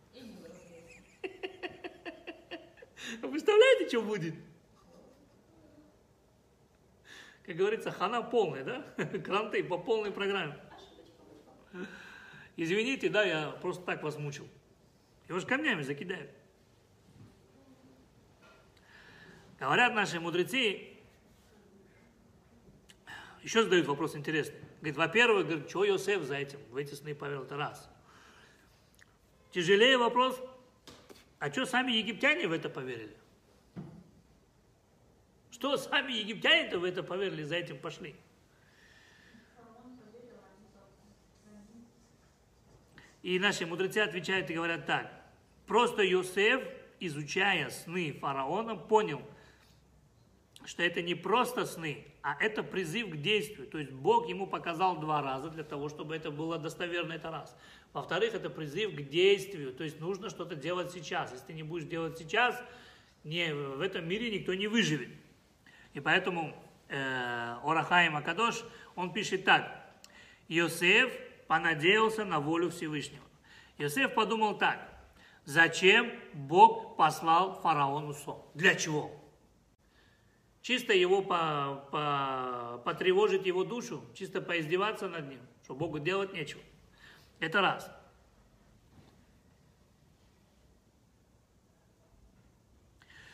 Speaker 1: Вы представляете, что будет? Как говорится, хана полная, да? Кранты по полной программе. Извините, да, я просто так вас мучил. Его же камнями закидают. Говорят наши мудрецы, еще задают вопрос интересный. Говорит, во-первых, говорит, что Иосиф за этим, в эти сны поверил, это раз. Тяжелее вопрос, а что сами египтяне в это поверили? Что сами египтяне-то в это поверили, за этим пошли? И наши мудрецы отвечают и говорят так. Просто Иосиф, изучая сны фараона, понял, что это не просто сны, а это призыв к действию. То есть Бог ему показал два раза для того, чтобы это было достоверно, это раз. Во-вторых, это призыв к действию. То есть нужно что-то делать сейчас. Если ты не будешь делать сейчас, не, в этом мире никто не выживет. И поэтому э, Ор ха-Хаим а-Кадош, он пишет так. Иосиф понадеялся на волю Всевышнего. Иосиф подумал так. Зачем Бог послал фараону сон? Для чего? Чисто его по, по, потревожить его душу, чисто поиздеваться над ним, что Богу делать нечего. Это раз.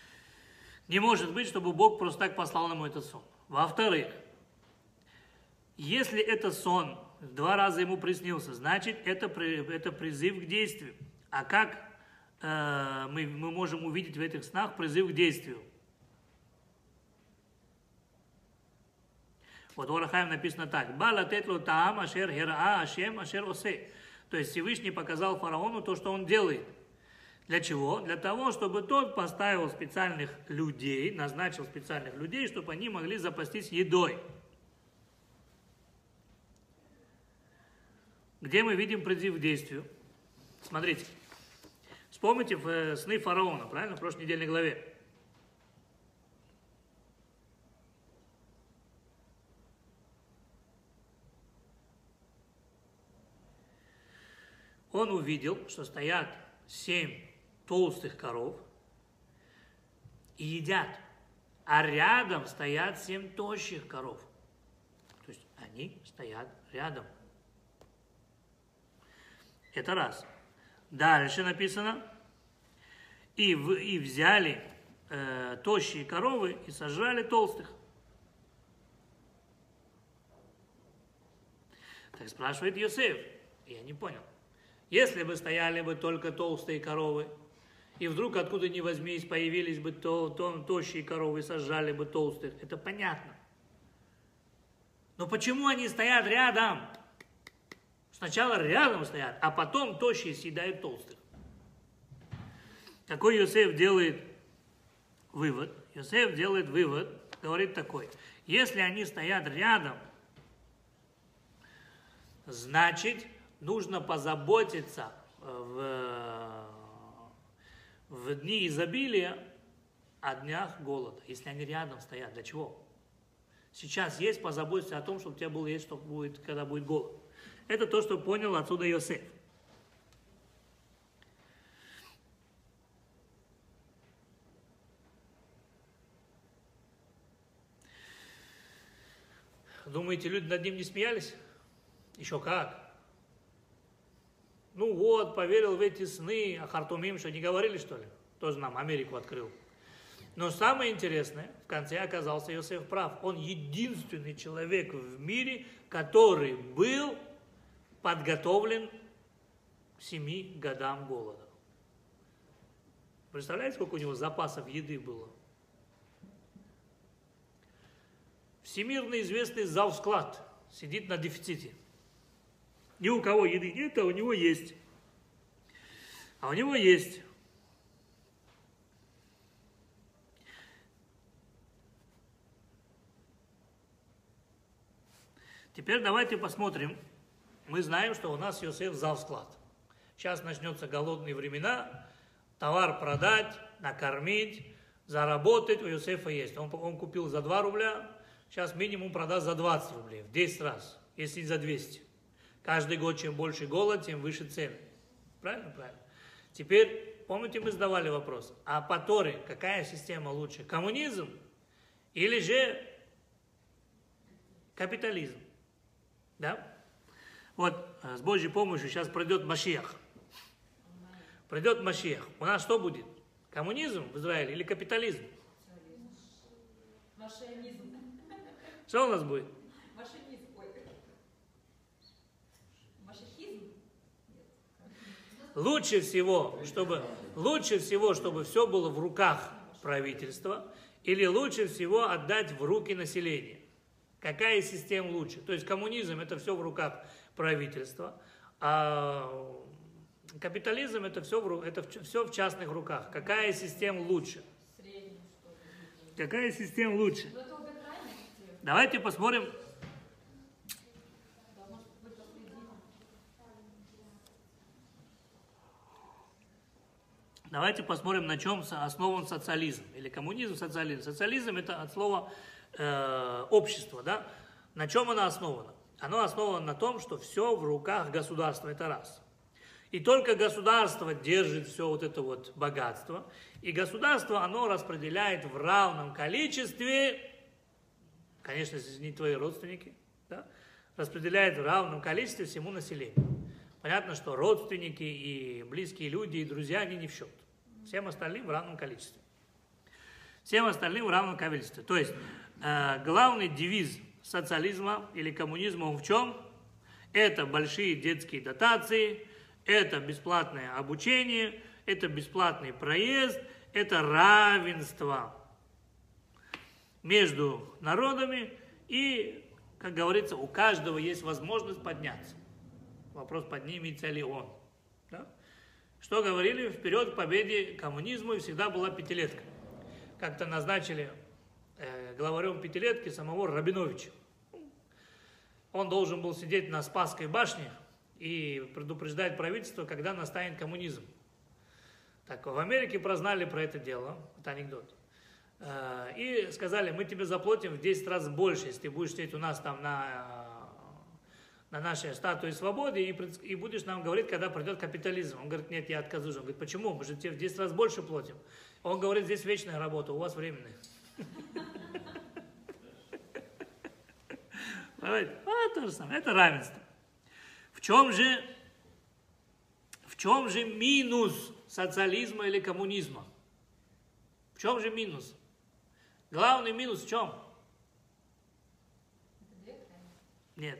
Speaker 1: Не может быть, чтобы Бог просто так послал ему этот сон. Во-вторых, Если это сон, два раза ему приснился, значит, это, это призыв к действию. А как э, мы, мы можем увидеть в этих снах призыв к действию? Вот в Ор ха-Хаим написано так. Ба латет ло таам ашер хераа ашем ашер осе. То есть Всевышний показал фараону то, что он делает. Для чего? Для того, чтобы тот поставил специальных людей, назначил специальных людей, чтобы они могли запастись едой. Где мы видим призыв к действию? Смотрите. Вспомните сны фараона, правильно? В прошлой недельной главе. Он увидел, что стоят семь толстых коров и едят, а рядом стоят семь тощих коров. То есть они стоят рядом. Это раз. Дальше написано, и, в, и взяли э, тощие коровы и сожрали толстых. Так спрашивает Йосеф, я не понял. Если бы стояли бы только толстые коровы, и вдруг откуда ни возьмись появились бы то, то, тощие коровы и сожрали бы толстых, это понятно. Но почему они стоят рядом? Сначала рядом стоят, а потом тощие съедают толстых. Какой Йосеф делает вывод? Йосеф делает вывод, говорит такой. Если они стоят рядом, значит, нужно позаботиться в, в дни изобилия о днях голода. Если они рядом стоят, для чего? Сейчас есть, позаботиться о том, чтобы у тебя было есть, что будет, когда будет голод. Это то, что понял отсюда Йосеф. Думаете, люди над ним не смеялись? Еще как. Ну вот, поверил в эти сны, а Хартумим, что не говорили, что ли? Тоже нам Америку открыл. Но самое интересное, в конце оказался Йосеф прав. Он единственный человек в мире, который был подготовлен к семи годам голода. Представляете, сколько у него запасов еды было? Всемирно известный завсклад сидит на дефиците. Ни у кого еды нет, а у него есть. А у него есть. Теперь давайте посмотрим. Мы знаем, что у нас Йосеф завсклад. Сейчас начнутся голодные времена, товар продать, накормить, заработать. У Йосефа есть. Он, он купил за два рубля, сейчас минимум продаст за двадцать рублей, в десять раз, если не за двести. Каждый год, чем больше голод, тем выше цены. Правильно? Правильно. Теперь, помните, мы задавали вопрос, а по Торе какая система лучше? Коммунизм или же капитализм? Да? Вот, с Божьей помощью сейчас придет Машиах. Придет Машиах. У нас что будет? Коммунизм в Израиле или капитализм?
Speaker 2: Машинизм.
Speaker 1: Что у нас будет?
Speaker 2: Машинизм. Ой. Машихизм?
Speaker 1: Лучше всего, чтобы, лучше всего, чтобы все было в руках правительства, или лучше всего отдать в руки населения. Какая система лучше? То есть коммунизм это все в руках правительства, а капитализм это все в, это все в частных руках. Какая система лучше?
Speaker 2: Среднюю, что ли?
Speaker 1: Какая система лучше?
Speaker 2: Ну, это обе крайности.
Speaker 1: Давайте посмотрим.
Speaker 2: Да, может быть, посредине.
Speaker 1: Давайте посмотрим, на чем основан социализм. Или коммунизм, социализм. Социализм это от слова э, общество, да? На чем оно основано? Оно основано на том, что все в руках государства, это раз. И только государство держит все вот это вот богатство. И государство, оно распределяет в равном количестве, конечно, если не твои родственники, да? Распределяет в равном количестве всему населению. Понятно, что родственники и близкие люди, и друзья, они не в счет. Всем остальным в равном количестве. Всем остальным в равном количестве. То есть, э, главный девиз социализма или коммунизма он в чем? Это большие детские дотации, это бесплатное обучение, это бесплатный проезд, это равенство между народами и, как говорится, у каждого есть возможность подняться. Вопрос, поднимется ли он. Да? Что говорили? Вперед к победе коммунизму, и всегда была пятилетка. Как-то назначили э, главарем пятилетки самого Рабиновича. Он должен был сидеть на Спасской башне и предупреждать правительство, когда настанет коммунизм. Так, в Америке прознали про это дело, это анекдот. Э, и сказали, мы тебе заплатим в десять раз больше, если ты будешь сидеть у нас там на, на нашей статуе свободы и, и будешь нам говорить, когда придет капитализм. Он говорит, нет, я откажусь. Он говорит, почему? Мы же тебе в десять раз больше платим. Он говорит, здесь вечная работа, у вас временная. Вот то же самое, это равенство. В чем же, в чем же минус социализма или коммунизма? В чем же минус? Главный минус в чем? Нет.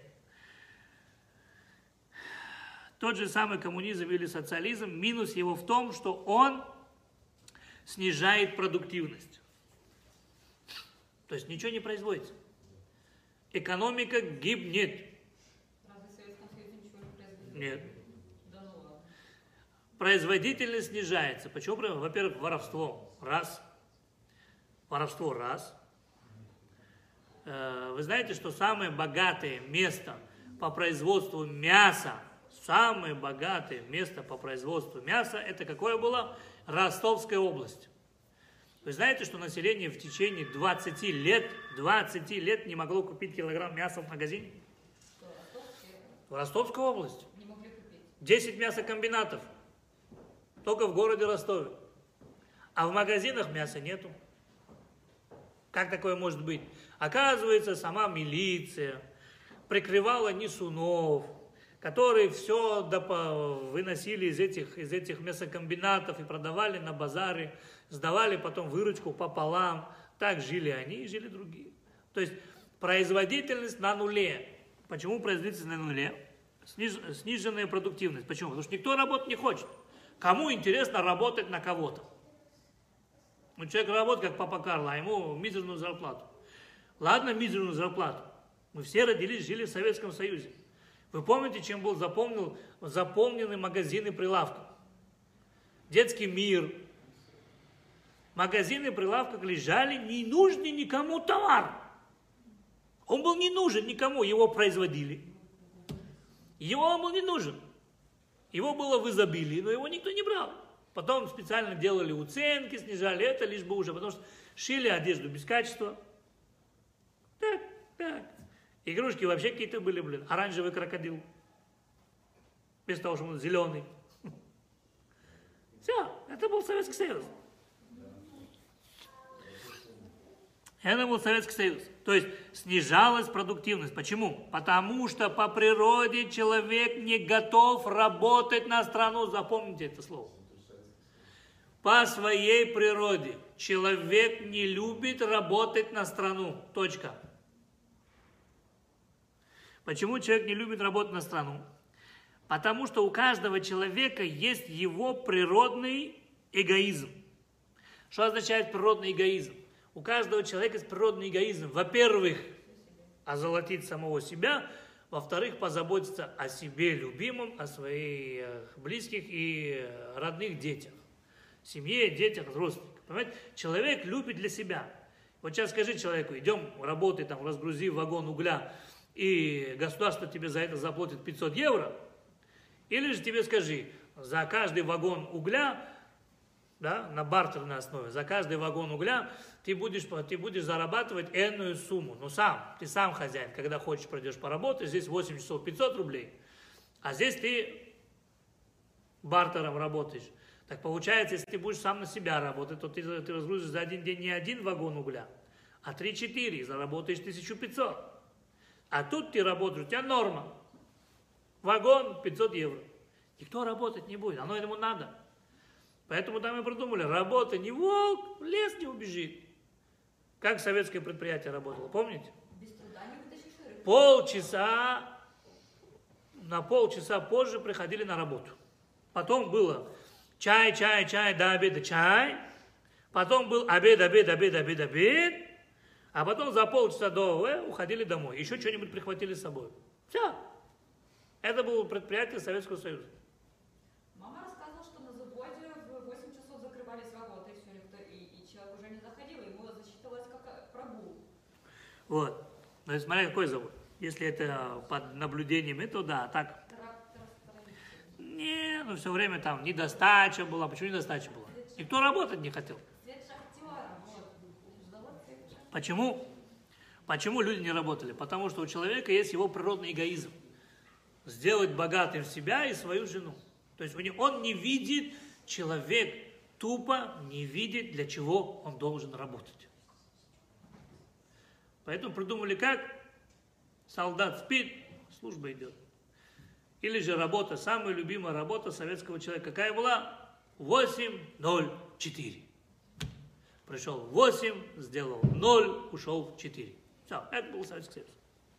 Speaker 1: Тот же самый коммунизм или социализм, минус его в том, что он снижает продуктивность. То есть ничего не производится. Экономика гибнет.
Speaker 2: Разве в Советском Союзе ничего не производили?
Speaker 1: Нет.
Speaker 2: Да ну ладно.
Speaker 1: Производительность снижается. Почему? Во-первых, воровство. Раз. Воровство. Раз. Вы знаете, что самое богатое место по производству мяса, самое богатое место по производству мяса, это какое было? Ростовская область. Вы знаете, что население в течение двадцати лет, двадцати лет не могло купить килограмм мяса в магазине?
Speaker 2: Что, Ростовские
Speaker 1: В Ростовской области.
Speaker 2: не могли купить?
Speaker 1: десять мясокомбинатов. Только в городе Ростове. А в магазинах мяса нету. Как такое может быть? Оказывается, сама милиция прикрывала несунов, которые все выносили из этих, из этих мясокомбинатов и продавали на базары, сдавали потом выручку пополам. Так жили они и жили другие. То есть производительность на нуле. Почему производительность на нуле? Сниж, сниженная продуктивность. Почему? Потому что никто работать не хочет. Кому интересно работать на кого-то? Ну, человек работает, как папа Карло, а ему мизерную зарплату. Ладно, мизерную зарплату. Мы все родились, жили в Советском Союзе. Вы помните, чем был заполнен, заполнены магазины прилавков? Детский мир. Магазины прилавков лежали, не нужный никому товар. Он был не нужен никому, его производили. Его он был не нужен. Его было в изобилии, но его никто не брал. Потом специально делали уценки, снижали это, лишь бы уже, потому что шили одежду без качества. Так, так. Игрушки вообще какие-то были, блин. Оранжевый крокодил. Без того, что он зеленый. Все, это был Советский Союз. Это был Советский Союз. То есть снижалась продуктивность. Почему? Потому что по природе человек не готов работать на страну. Запомните это слово. По своей природе человек не любит работать на страну. Точка. Почему человек не любит работать на страну? Потому что у каждого человека есть его природный эгоизм. Что означает природный эгоизм? У каждого человека есть природный эгоизм. Во-первых, озолотить самого себя. Во-вторых, позаботиться о себе любимом, о своих близких и родных детях. Семье, детях, родственниках. Понимаете? Человек любит для себя. Вот сейчас скажи человеку, идем, работай, там, разгрузи вагон угля, и государство тебе за это заплатит пятьсот евро, или же тебе скажи, за каждый вагон угля, да, на бартерной основе, за каждый вагон угля ты будешь, ты будешь зарабатывать энную сумму. Ну сам, ты сам хозяин, когда хочешь, пройдешь поработать, здесь восемь часов пятьсот рублей, а здесь ты бартером работаешь. Так получается, если ты будешь сам на себя работать, то ты, ты разгрузишь за один день не один вагон угля, а три-четыре, и заработаешь тысячу пятьсот. А тут ты работаешь, у тебя норма. Вагон пятьсот евро. Никто работать не будет, оно ему надо. Поэтому там и придумали, работа не волк, в лес не убежит. Как советское предприятие работало, помните?
Speaker 2: Без труда не вытащил
Speaker 1: полчаса, на полчаса позже приходили на работу. Потом было чай, чай, чай, до обеда чай. Потом был обед, обед, обед, обед, обед. А потом за полчаса до э, уходили домой. Еще что-нибудь прихватили с собой. Все. Это было предприятие Советского Союза.
Speaker 2: Мама рассказывала, что на заводе в восемь часов закрывались ворота, и все, никто, и, и человек уже не заходил, ему засчитывалось как прогул.
Speaker 1: Вот. Но ну, смотря какой завод. Если это под наблюдением, это да, а так. Не, ну все время там недостача была. Почему недостача была? Никто работать не хотел. Почему? Почему люди не работали? Потому что у человека есть его природный эгоизм. Сделать богатым себя и свою жену. То есть он не видит, человек тупо не видит, для чего он должен работать. Поэтому придумали как? Солдат спит, служба идет. Или же работа, самая любимая работа советского человека. Какая была? восемь ноль четыре. Пришел в восемь, сделал ноль, ушел в четыре. Все, это был Советский Союз.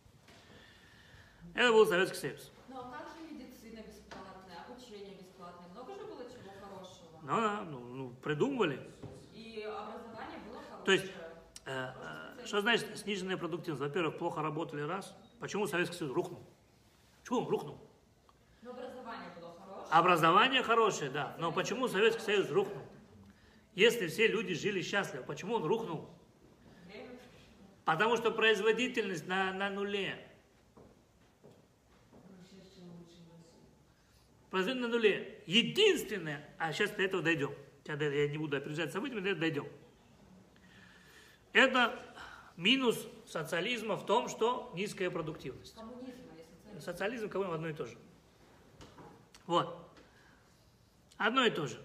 Speaker 1: Это был Советский Союз.
Speaker 2: Ну а как же медицина бесплатная, обучение бесплатное? Много же было чего хорошего?
Speaker 1: Ну да, ну, ну придумывали.
Speaker 2: И образование было хорошее.
Speaker 1: То есть, э, э, что значит сниженная продуктивность? Во-первых, плохо работали раз. Почему Советский Союз рухнул? Почему он рухнул?
Speaker 2: Но образование было хорошее.
Speaker 1: Образование хорошее, да. Но почему Советский Союз рухнул? Если все люди жили счастливо, почему он рухнул? Потому что производительность на, на нуле. Производительность на нуле. Единственное, а сейчас до этого дойдем. Я не буду опережать события, до этого дойдем. Это минус социализма в том, что низкая продуктивность.
Speaker 2: Коммунизм или социализм?
Speaker 1: Социализм и коммунизм одно и то же. Вот. Одно и то же.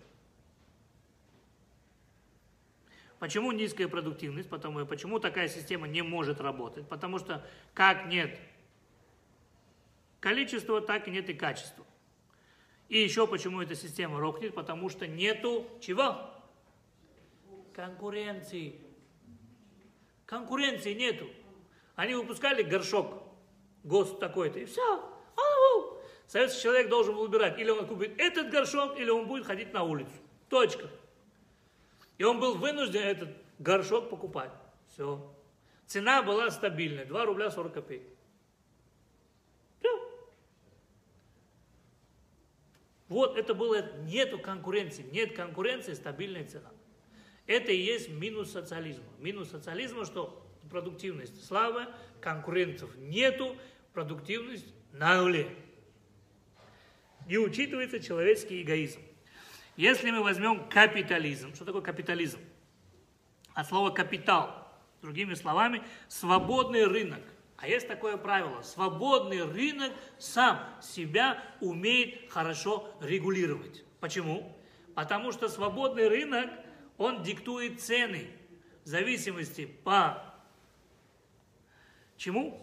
Speaker 1: Почему низкая продуктивность? Потому, почему такая система не может работать? Потому что как нет количества, так и нет и качества. И еще почему эта система рухнет? Потому что нету чего? Конкуренции. Конкуренции нету. Они выпускали горшок, ГОСТ такой-то, и все. Ау! Советский человек должен был выбирать, или он купит этот горшок, или он будет ходить на улицу. Точка. И он был вынужден этот горшок покупать. Все. Цена была стабильная. два рубля сорок копеек. Все. Вот это было, нету конкуренции. Нет конкуренции, стабильная цена. Это и есть минус социализма. Минус социализма, что продуктивность слабая, конкурентов нету, продуктивность на нуле. Не учитывается человеческий эгоизм. Если мы возьмем капитализм, что такое капитализм? От слова капитал, другими словами, свободный рынок. А есть такое правило, свободный рынок сам себя умеет хорошо регулировать. Почему? Потому что свободный рынок, он диктует цены в зависимости по чему?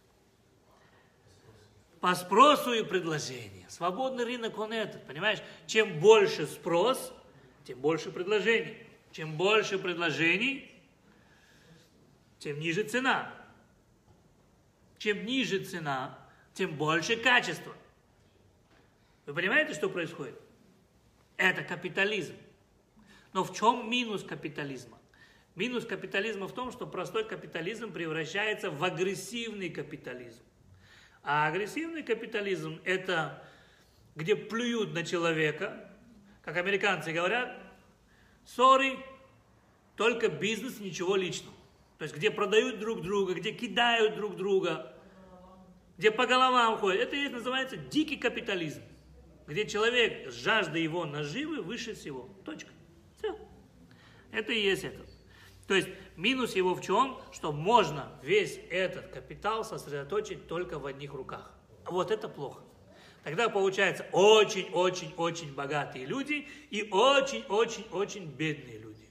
Speaker 1: По спросу и предложению. Свободный рынок, он этот, понимаешь? Чем больше спрос, тем больше предложений. Чем больше предложений, тем ниже цена. Чем ниже цена, тем больше качество. Вы понимаете, что происходит? Это капитализм. Но в чем минус капитализма? Минус капитализма в том, что простой капитализм превращается в агрессивный капитализм. А агрессивный капитализм – это где плюют на человека, как американцы говорят, sorry, только бизнес, ничего личного. То есть где продают друг друга, где кидают друг друга, где по головам ходят. Это и есть, называется дикий капитализм, где человек с жаждой его наживы выше всего. Точка. Все. Это и есть это. То есть минус его в чем? Что можно весь этот капитал сосредоточить только в одних руках. Вот это плохо. Тогда получается очень-очень-очень богатые люди и очень-очень-очень бедные люди.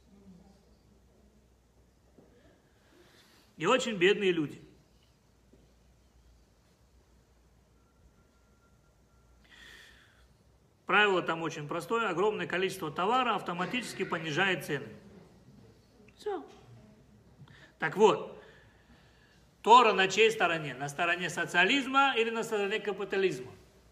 Speaker 1: И очень бедные люди. Правило там очень простое. Огромное количество товара автоматически понижает цены. Все. Так вот, Тора на чьей стороне? На стороне социализма или на стороне капитализма?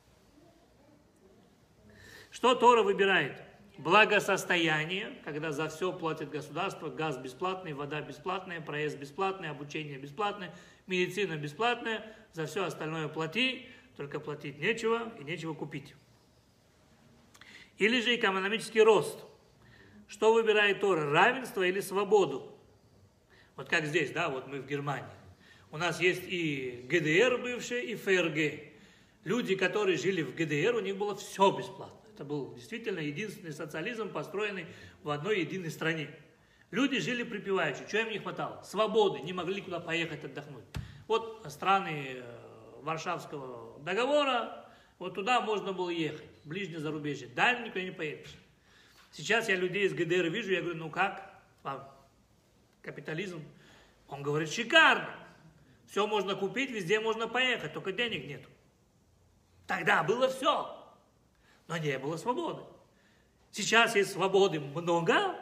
Speaker 1: Что Тора выбирает? Благосостояние, когда за все платит государство, газ бесплатный, вода бесплатная, проезд бесплатный, обучение бесплатное, медицина бесплатная, за все остальное плати, только платить нечего и нечего купить. Или же экономический рост. Что выбирает Тора? Равенство или свободу? Вот как здесь, да, вот мы в Германии. У нас есть и ГДР бывший, и ФРГ. Люди, которые жили в ГДР, у них было все бесплатно. Это был действительно единственный социализм, построенный в одной единой стране. Люди жили припеваючи. Чего им не хватало? Свободы, не могли куда поехать отдохнуть. Вот страны Варшавского договора, вот туда можно было ехать, ближнее зарубежье. Дальше никуда не поедешь. Сейчас я людей из ГДР вижу, я говорю, ну как вам капитализм? Он говорит, шикарно. Все можно купить, везде можно поехать, только денег нету. Тогда было все. Но не было свободы. Сейчас есть свободы много,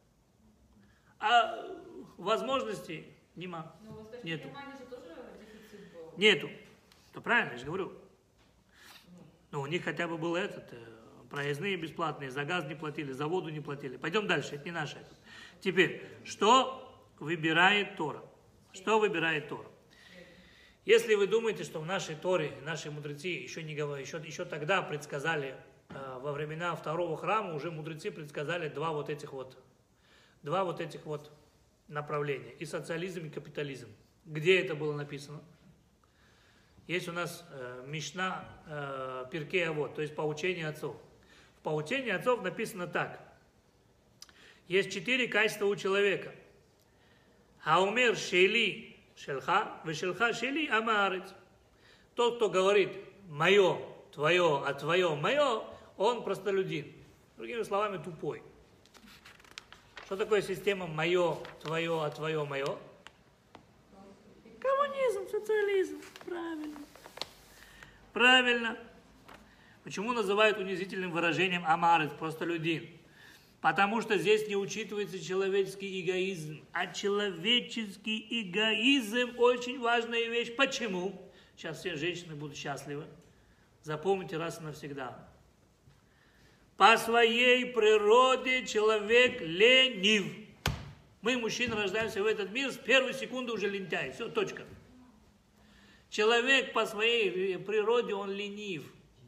Speaker 1: а возможностей нема.
Speaker 2: Но в Восточной
Speaker 1: Нету.
Speaker 2: Германии же тоже дефицит был.
Speaker 1: Нету. То правильно, я же говорю. Ну, у них хотя бы был этот, э, проездные бесплатные, за газ не платили, за воду не платили. Пойдем дальше, это не наше. Это. Теперь, что выбирает Тора? Что выбирает Тора? Если вы думаете, что в нашей Торе, наши мудрецы еще, не, еще, еще тогда предсказали, э, во времена второго храма, уже мудрецы предсказали два вот этих вот, два вот этих вот направления. И социализм, и капитализм. Где это было написано? Есть у нас э, Мишна э, Пиркей Авот, то есть поучение отцов. В поучении отцов написано так. Есть четыре качества у человека. Хаумер шели шельха, вешельха шели амарец. Тот, кто говорит мое, твое, а твое мое, он простолюдин. Другими словами, тупой. Что такое система мое, твое, а твое, мое? Коммунизм, социализм. Правильно. Правильно. Почему называют унизительным выражением амарец, простолюдин? Потому что здесь не учитывается человеческий эгоизм. А человеческий эгоизм очень важная вещь. Почему? Сейчас все женщины будут счастливы. Запомните раз и навсегда. По своей природе человек ленив. Мы, мужчины, рождаемся в этот мир, с первой секунды уже лентяй. Все, точка. Человек по своей природе, он ленив.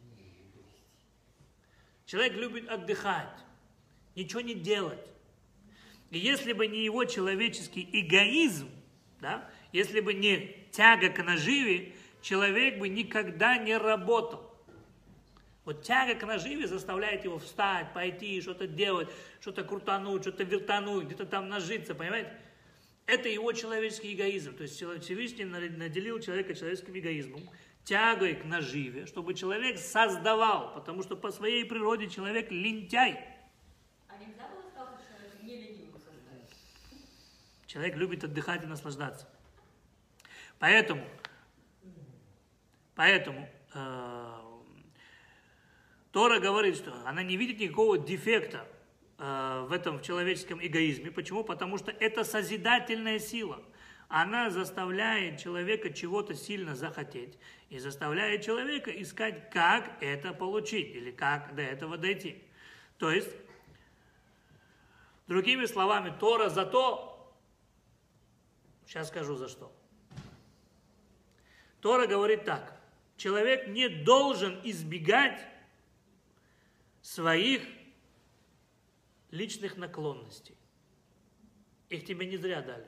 Speaker 1: Человек любит отдыхать, ничего не делать. И если бы не его человеческий эгоизм, да, если бы не тяга к наживе, человек бы никогда не работал. Вот тяга к наживе заставляет его встать, пойти, что-то делать, что-то крутануть, что-то вертануть, где-то там нажиться, понимаете? Это его человеческий эгоизм. То есть Всевышний наделил человека человеческим эгоизмом, тягой к наживе, чтобы человек создавал, потому что по своей природе человек лентяй.
Speaker 2: А нельзя было стать человеком не ленивым создать?
Speaker 1: Человек любит отдыхать и наслаждаться. Поэтому, поэтому э, Тора говорит, что она не видит никакого дефекта э, в этом в человеческом эгоизме. Почему? Потому что это созидательная сила. Она заставляет человека чего-то сильно захотеть и заставляет человека искать, как это получить или как до этого дойти. То есть, другими словами, Тора за то, сейчас скажу за что. Тора говорит так: человек не должен избегать своих личных наклонностей. Их тебе не зря дали.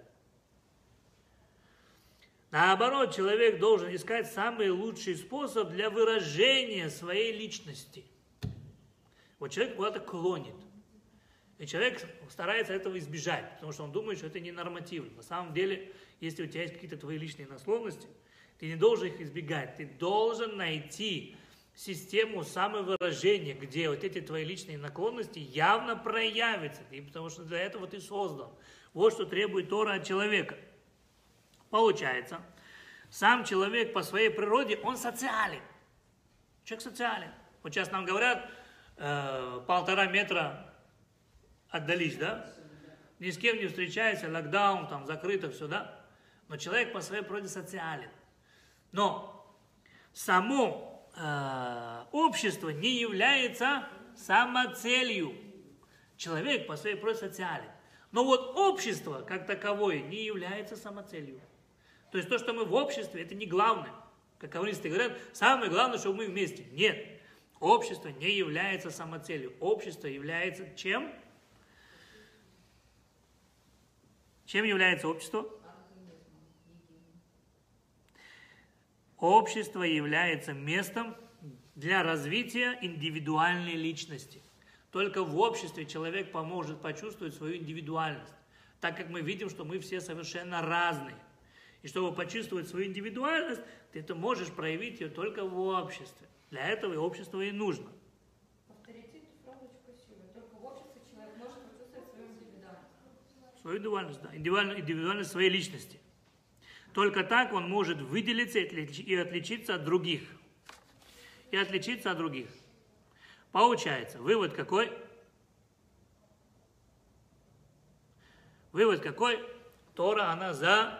Speaker 1: Наоборот, человек должен искать самый лучший способ для выражения своей личности. Вот человек куда-то клонит. И человек старается этого избежать, потому что он думает, что это ненормативно. На самом деле, если у тебя есть какие-то твои личные наклонности, ты не должен их избегать. Ты должен найти систему самовыражения, где вот эти твои личные наклонности явно проявятся. И потому что для этого ты создан. Вот что требует Тора от человека. Получается, сам человек по своей природе, он социален. Человек социален. Вот сейчас нам говорят, э, полтора метра отдались, да? Ни с кем не встречайся, локдаун, там закрыто все, да? Но человек по своей природе социален. Но само э, общество не является самоцелью. Человек по своей природе социален. Но вот общество, как таковое, не является самоцелью. То есть то, что мы в обществе, это не главное. Как коммунисты говорят, самое главное, чтобы мы вместе. Нет. Общество не является самоцелью. Общество является чем? Чем является общество? Общество является местом для развития индивидуальной личности. Только в обществе человек поможет почувствовать свою индивидуальность, так как мы видим, что мы все совершенно разные. И чтобы почувствовать свою индивидуальность, ты это можешь проявить ее только в обществе. Для этого и общество и нужно.
Speaker 2: Повторите эту фразочку силы. Только в обществе человек может почувствовать свою индивидуальность.
Speaker 1: Свою индивидуальность, да. Индивидуальность, индивидуальность своей личности. Только так он может выделиться и отличиться от других. И отличиться от других. Получается, вывод какой? Вывод какой? Тора, она за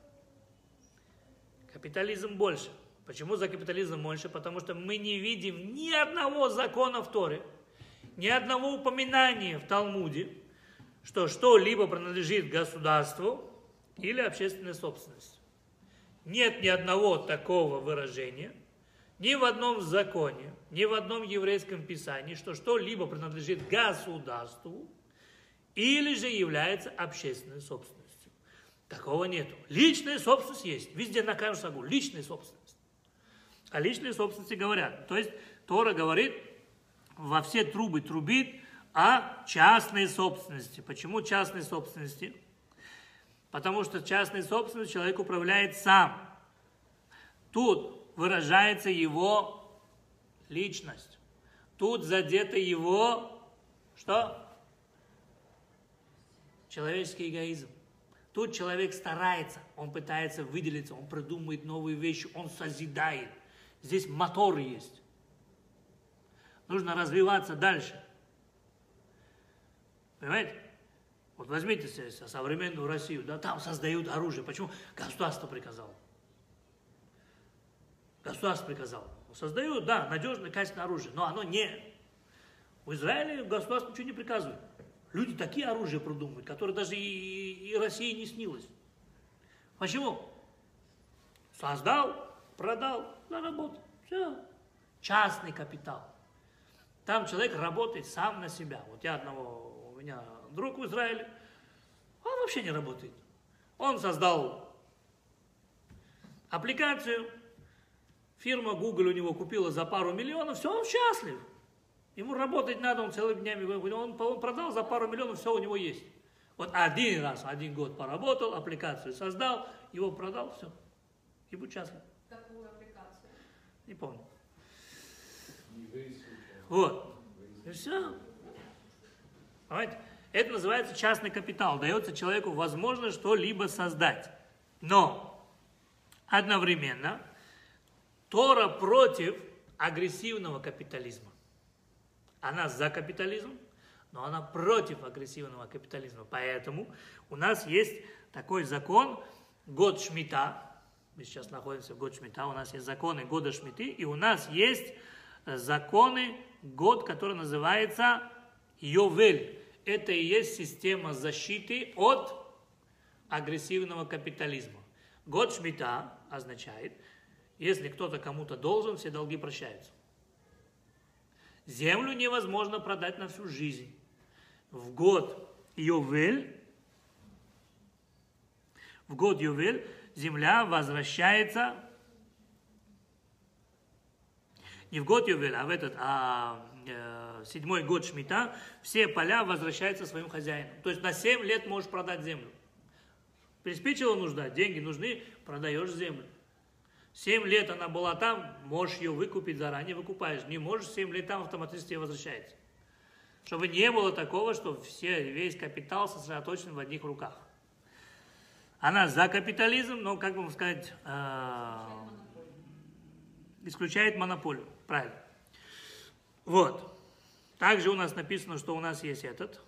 Speaker 1: капитализм больше. Почему за капитализм больше? Потому что мы не видим ни одного закона в Торе, ни одного упоминания в Талмуде, что что-либо принадлежит государству или общественной собственности. Нет ни одного такого выражения, ни в одном законе, ни в одном еврейском писании, что что-либо принадлежит государству или же является общественной собственностью. Такого нету. Личная собственность есть. Везде на каждом шагу. Личная собственность. О личной собственности говорят. То есть Тора говорит, во все трубы трубит о частной собственности. Почему частной собственности? Потому что частной собственностью человек управляет сам. Тут выражается его личность. Тут задето его, что? Человеческий эгоизм. Тут человек старается, он пытается выделиться, он придумывает новые вещи, он созидает. Здесь мотор есть. Нужно развиваться дальше. Понимаете? Вот возьмите современную Россию, да, там создают оружие. Почему? Государство приказало. Государство приказало. Создают, да, надежное, качественное оружие, но оно не... В Израиле государство ничего не приказывает. Люди такие оружия придумывают, которые даже и, и России не снилось. Почему? Создал, продал, заработал. Все. Частный капитал. Там человек работает сам на себя. Вот я одного, у меня друг в Израиле, он вообще не работает. Он создал аппликацию, фирма Google у него купила за пару миллионов, все, он счастлив. Ему работать надо, он целыми днями, он продал за пару миллионов, все у него есть. Вот один раз, один год поработал, аппликацию создал, его продал, все. И будь счастлив.
Speaker 2: Какую аппликацию?
Speaker 1: Не помню. Вот. И все. Понимаете? Это называется частный капитал. Дается человеку возможность что-либо создать. Но одновременно Тора против агрессивного капитализма. Она за капитализм, но она против агрессивного капитализма. Поэтому у нас есть такой закон, год Шмита. Мы сейчас находимся в год Шмита, у нас есть законы года Шмиты, и у нас есть законы, год, который называется Йовель. Это и есть система защиты от агрессивного капитализма. Год Шмита означает, если кто-то кому-то должен, все долги прощаются. Землю невозможно продать на всю жизнь. В год Йовель, в год Йовель земля возвращается, не в год Йовель, а в этот, а э, седьмой год Шмита, все поля возвращаются своим хозяинам. То есть на семь лет можешь продать землю. Приспичила нужда, деньги нужны, продаешь землю. Семь лет она была там, можешь ее выкупить заранее, выкупаешь. Не можешь, семь лет там автоматически возвращается. Чтобы не было такого, что все, весь капитал сосредоточен в одних руках. Она за капитализм, но, как вам сказать, э, исключает монополию. Правильно. Вот. Также у нас написано, что у нас есть этот.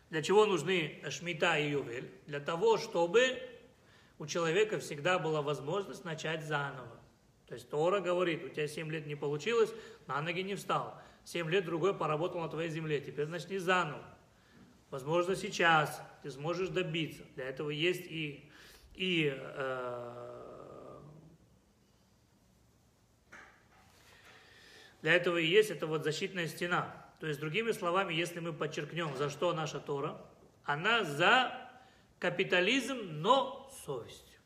Speaker 1: Для чего нужны Шмита и Ювель? Для того, чтобы у человека всегда была возможность начать заново. То есть Тора говорит, у тебя семь лет не получилось, на ноги не встал. семь лет другой поработал на твоей земле, теперь начни заново. Возможно, сейчас ты сможешь добиться. Для этого есть и, и э, для этого и есть эта вот защитная стена. То есть, другими словами, если мы подчеркнем, за что наша Тора, она за капитализм, но с совестью.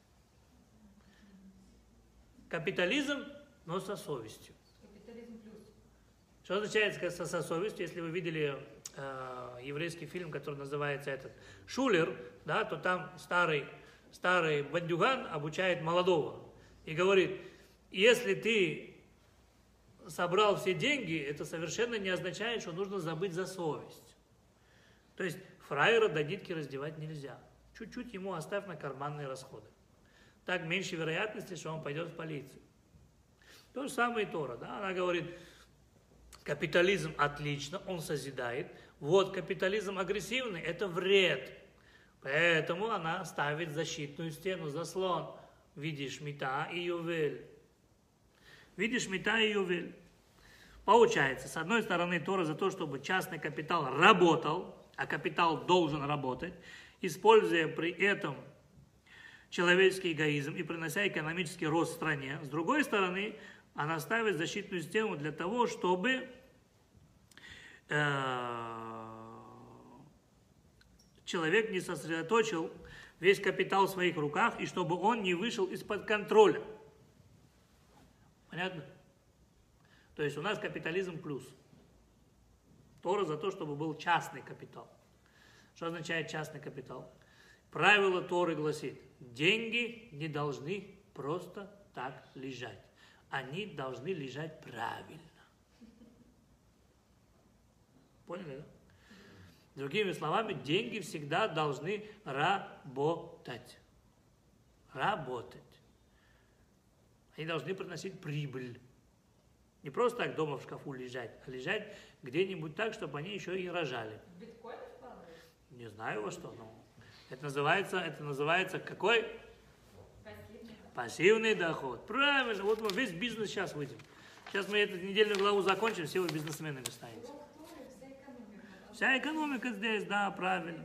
Speaker 1: Капитализм, но со совестью.
Speaker 2: Капитализм плюс.
Speaker 1: Что означает со, со совестью? Если вы видели э, еврейский фильм, который называется этот «Шулер», да, то там старый, старый бандюган обучает молодого и говорит, если ты собрал все деньги, это совершенно не означает, что нужно забыть за совесть. То есть фраера до нитки раздевать нельзя. Чуть-чуть ему оставь на карманные расходы. Так меньше вероятности, что он пойдет в полицию. То же самое и Тора. Да? Она говорит, капитализм отлично, он созидает. Вот капитализм агрессивный, это вред. Поэтому она ставит защитную стену, заслон. Видишь, Шмита и Ювель. Видишь, Шмита и Ювель. Получается, с одной стороны, Тора за то, чтобы частный капитал работал, а капитал должен работать, используя при этом человеческий эгоизм и принося экономический рост в стране. С другой стороны, она ставит защитную стену для того, чтобы э, человек не сосредоточил весь капитал в своих руках и чтобы он не вышел из-под контроля. Понятно? То есть у нас капитализм плюс. Тора за то, чтобы был частный капитал. Что означает частный капитал? Правило Торы гласит, деньги не должны просто так лежать. Они должны лежать правильно. Поняли, да? Другими словами, деньги всегда должны работать. Работать. Они должны приносить прибыль. Не просто так дома в шкафу лежать, а лежать где-нибудь так, чтобы они еще и рожали.
Speaker 2: Биткоин вкладываешь?
Speaker 1: Не знаю во что, но это называется, это называется какой?
Speaker 2: Пассивный.
Speaker 1: Пассивный доход. Правильно, вот мы весь бизнес сейчас выйдем. Сейчас мы эту недельную главу закончим, все вы бизнесменами станете.
Speaker 2: Урок Торы, вся экономика.
Speaker 1: Вся экономика здесь, да, правильно.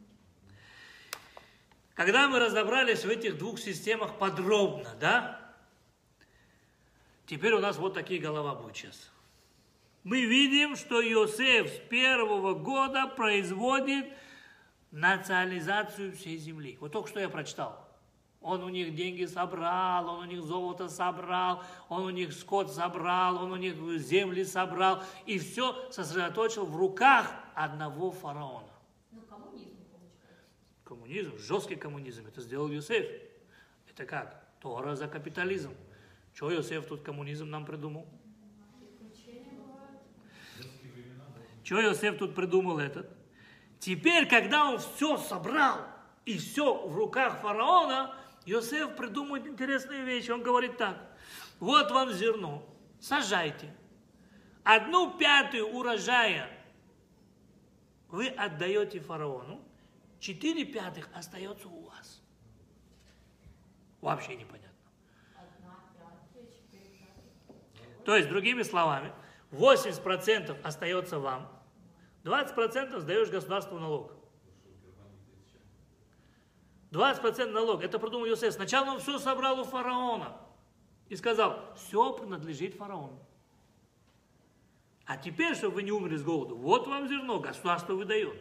Speaker 1: Когда мы разобрались в этих двух системах подробно, да, теперь у нас вот такие голова будет сейчас. Мы видим, что Йосеф с первого года производит национализацию всей земли. Вот только что я прочитал. Он у них деньги собрал, он у них золото собрал, он у них скот собрал, он у них земли собрал. И все сосредоточил в руках одного фараона.
Speaker 2: Ну, коммунизм получается.
Speaker 1: Коммунизм, жесткий коммунизм. Это сделал Йосеф. Это как? Тора за капитализм. Что Йосеф тут коммунизм нам придумал?
Speaker 2: Исключения бывают.
Speaker 1: Что Йосеф тут придумал этот? Теперь, когда он все собрал и все в руках фараона, Йосеф придумывает интересные вещи. Он говорит так, вот вам зерно, сажайте. Одну пятую урожая вы отдаете фараону, четыре пятых остается у вас. Вообще непонятно.
Speaker 2: Одна пятая, четыре пятых.
Speaker 1: То есть, другими словами, восемьдесят процентов остается вам, двадцать процентов сдаешь государству налог. двадцать процентов налог. Это придумал Йосеф. Сначала он все собрал у фараона и сказал, все принадлежит фараону. А теперь, чтобы вы не умерли с голоду, вот вам зерно, государство выдает.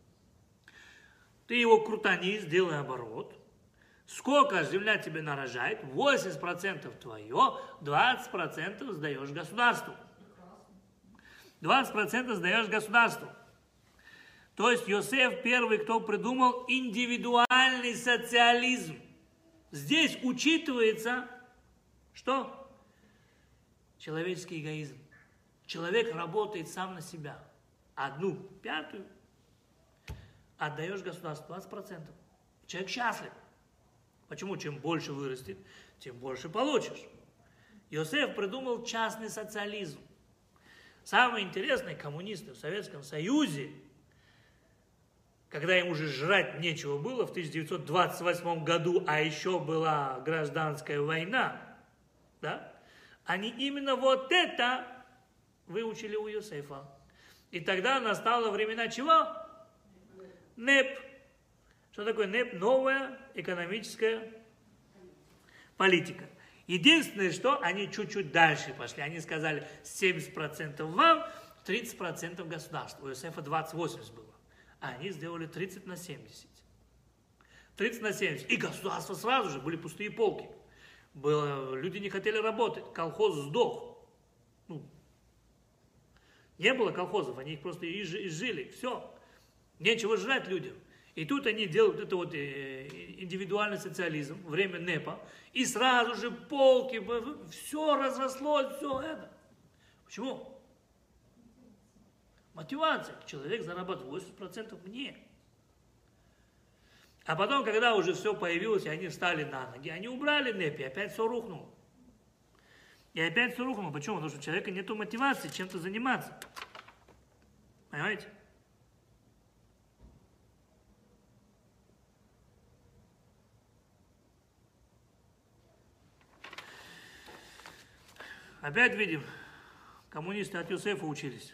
Speaker 1: Ты его крутани, сделай оборот. Сколько земля тебе нарожает, восемьдесят процентов твое, двадцать процентов сдаешь государству. двадцать процентов сдаешь государству. То есть Йосеф первый, кто придумал индивидуальный социализм. Здесь учитывается, что? Человеческий эгоизм. Человек работает сам на себя. Одну пятую отдаешь государству, двадцать процентов. Человек счастлив. Почему? Чем больше вырастет, тем больше получишь. Йосеф придумал частный социализм. Самые интересные коммунисты в Советском Союзе когда им уже жрать нечего было в тысяча девятьсот двадцать восьмом году, а еще была гражданская война, да, они именно вот это выучили у Йосефа. И тогда настало времена чего? НЭП. Что такое НЭП? Новая экономическая политика. Единственное, что они чуть-чуть дальше пошли. Они сказали, семьдесят процентов вам, тридцать процентов государству. У Йосефа двадцать восемьдесят было. А они сделали тридцать на семьдесят. тридцать на семьдесят. И государство сразу же, были пустые полки. Было, люди не хотели работать. Колхоз сдох. Ну, не было колхозов, они их просто изжили. Все. Нечего жрать людям. И тут они делают это вот индивидуальный социализм, время НЭПа, и сразу же полки, все разрослось, все это. Почему? Мотивация. Человек зарабатывает восемьдесят процентов мне. А потом, когда уже все появилось, и они встали на ноги, они убрали НЭП, и опять все рухнуло. И опять все рухнуло. Почему? Потому что у человека нет мотивации чем-то заниматься. Понимаете? Опять видим, коммунисты от Йосефа учились.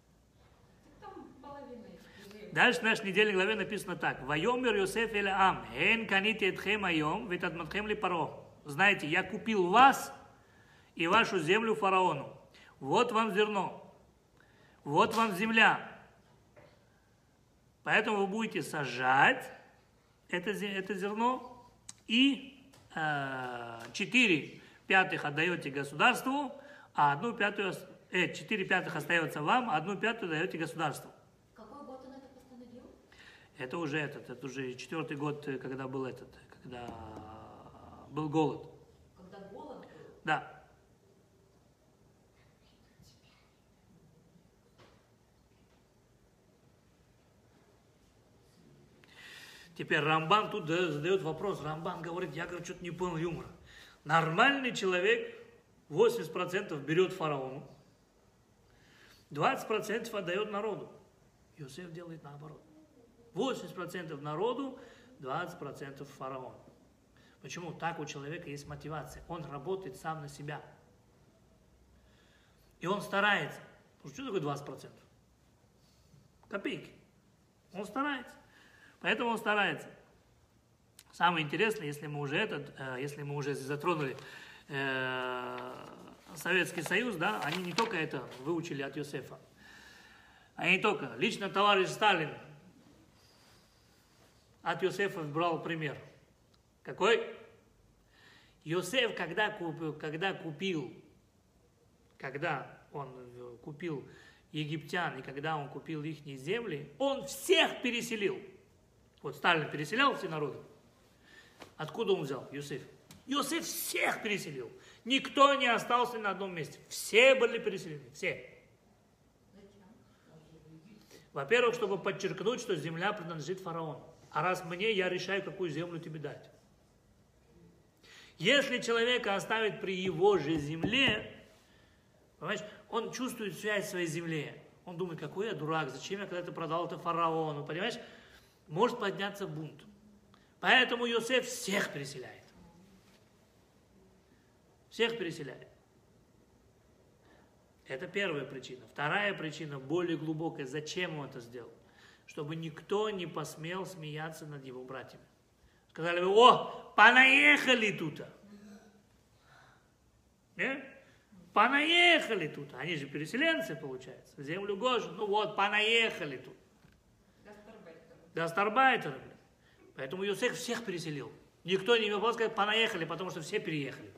Speaker 1: Дальше в нашей недельной главе написано так. «Вайомер Йосеф эль ам, эн каните этхем айом, вет адматхем ли паро». Знаете, я купил вас и вашу землю фараону. Вот вам зерно, вот вам земля. Поэтому вы будете сажать это, это зерно и э, четыре пятых отдаете государству, а одну пятую, э, четыре пятых остается вам, а одну пятую даете государству.
Speaker 2: Какой год он это постановил?
Speaker 1: Это уже этот, это уже четвертый год, когда был этот, когда был голод.
Speaker 2: Когда голод был?
Speaker 1: Да. Теперь Рамбан тут задает вопрос. Рамбан говорит, я, говорю, что-то не понял юмора. Нормальный человек восемьдесят процентов берет фараону, двадцать процентов отдает народу. Йосеф делает наоборот. восемьдесят процентов народу, двадцать процентов фараону. Почему? Так у человека есть мотивация. Он работает сам на себя. И он старается. Что такое двадцать процентов? Копейки. Он старается. Поэтому он старается. Самое интересное, если мы уже этот, если мы уже затронули э, Советский Союз, да, они не только это выучили от Йосефа, они не только. Лично товарищ Сталин от Йосефа брал пример. Какой? Йосеф, когда купил, когда купил, когда он купил египтян и когда он купил их земли, он всех переселил. Вот Сталин переселял все народы. Откуда он взял? Йосеф. Йосеф всех переселил. Никто не остался на одном месте. Все были переселены. Все. Во-первых, чтобы подчеркнуть, что земля принадлежит фараону. А раз мне, я решаю, какую землю тебе дать. Если человека оставить при его же земле, понимаешь, он чувствует связь в своей земле. Он думает, какой я дурак, зачем я когда-то продал это фараону, понимаешь? Может подняться бунт. Поэтому Йосеф всех переселяет. Всех переселяет. Это первая причина. Вторая причина, более глубокая. Зачем он это сделал? Чтобы никто не посмел смеяться над его братьями. Сказали бы, о, понаехали тут. Не? Понаехали тут. Они же переселенцы, получается. Землю Гошен. Ну вот, понаехали тут. Гастарбайтеры. Поэтому Йосеф всех переселил. Никто не имел права сказать, понаехали, потому что все переехали.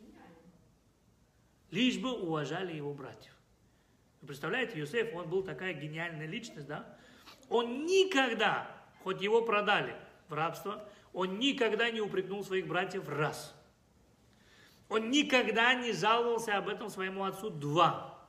Speaker 1: Лишь бы уважали его братьев. Вы представляете, Йосеф, он был такая гениальная личность, да? Он никогда, хоть его продали в рабство, он никогда не упрекнул своих братьев раз. Он никогда не жаловался об этом своему отцу два.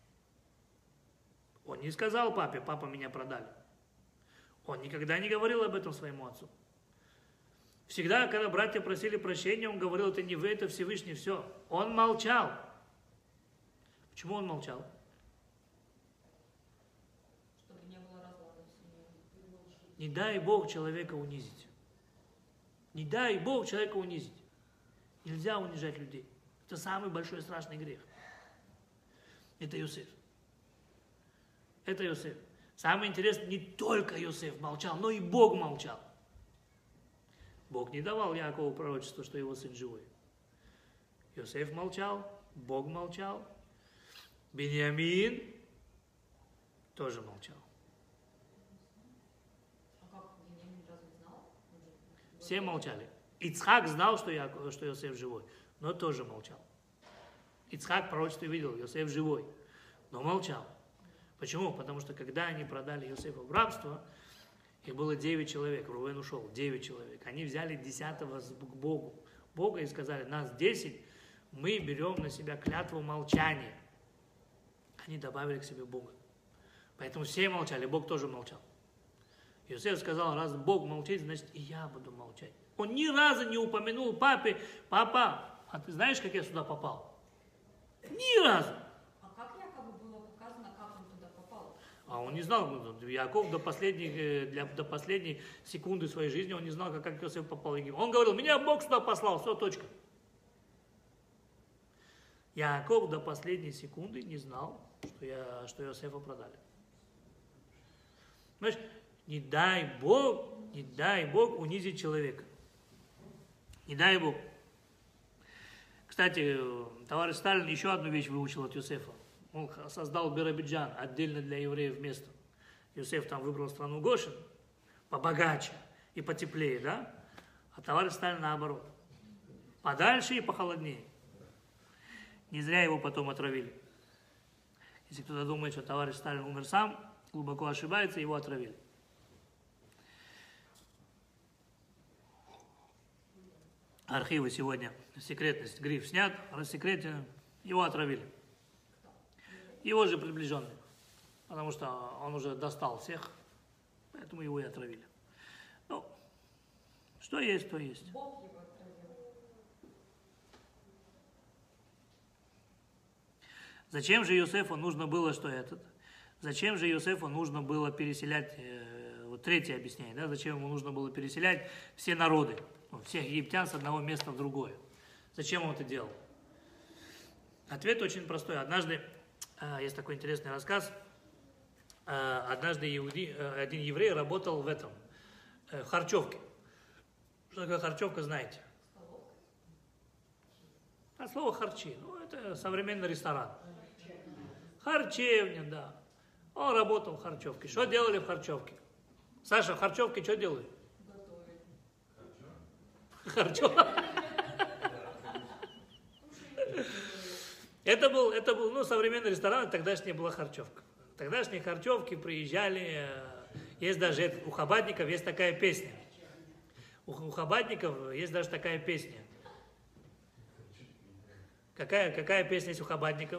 Speaker 1: Он не сказал папе, папа, меня продали. Он никогда не говорил об этом своему отцу. Всегда, когда братья просили прощения, он говорил, это не вы, это Всевышний, все. Он молчал. Почему он молчал?
Speaker 2: Чтобы не было разлада в семье.
Speaker 1: Не дай Бог человека унизить. Не дай Бог человека унизить. Нельзя унижать людей. Это самый большой страшный грех. Это Йосеф. Это Йосеф. Самое интересное, не только Йосеф молчал, но и Бог молчал. Бог не давал Якову пророчество, что его сын живой. Йосеф молчал, Бог молчал. Биньямин тоже молчал.
Speaker 2: А как Беньямин разве знал?
Speaker 1: Все молчали. Ицхак знал, что, Яков, что Йосеф живой, но тоже молчал. Ицхак пророчество видел, Йосеф живой, но молчал. Почему? Потому что когда они продали Йосефа в рабство, их было девять человек, Рувен ушел, девять человек. Они взяли десятого к Богу, Бога и сказали, нас десять, мы берем на себя клятву молчания. Они добавили к себе Бога. Поэтому все молчали, Бог тоже молчал. Йосеф сказал, раз Бог молчит, значит и я буду молчать. Он ни разу не упомянул папе, папа, а ты знаешь, как я сюда попал? Ни разу.
Speaker 2: А как якобы было показано, как он туда попал?
Speaker 1: А он не знал, Яков до последней, для, до последней секунды своей жизни, он не знал, как, как Йосеф попал в Египет. Он говорил, меня Бог сюда послал, все, точка. Яков до последней секунды не знал, что, я, что Йосефа продали. Знаешь, не дай Бог, не дай Бог унизить человека. Не дай Бог. Кстати, товарищ Сталин еще одну вещь выучил от Йосефа. Он создал Биробиджан отдельно для евреев место. Йосеф там выбрал страну Гошин, побогаче и потеплее, да? А товарищ Сталин наоборот. Подальше и похолоднее. Не зря его потом отравили. Если кто-то думает, что товарищ Сталин умер сам, глубоко ошибается, его отравили. Архивы сегодня, секретность, гриф снят, рассекретен, его отравили. Его же приближенные, потому что он уже достал всех, поэтому его и отравили. Ну, что есть, то есть.
Speaker 2: Бог его отравил.
Speaker 1: Зачем же Йосефу нужно было, что этот? Зачем же Йосефу нужно было переселять, э, вот третье объяснение, да, зачем ему нужно было переселять все народы, ну, всех египтян с одного места в другое? Зачем он это делал? Ответ очень простой. Однажды, э, есть такой интересный рассказ, э, однажды иуди, э, один еврей работал в этом, э, в харчевке. Что такое харчевка, знаете? От слова харчи, ну это современный ресторан. Харчевня, да. Он работал в харчевке. Что делали в харчевке? Саша, в харчевке что делают?
Speaker 2: Готовили.
Speaker 1: Харчевка. Это был, это был, ну, современный ресторан, тогдашняя была харчевка. Тогдашние харчевки приезжали, есть даже это, у хабадников есть такая песня. У, у хабадников есть даже такая песня. Какая, какая песня есть у хабадников?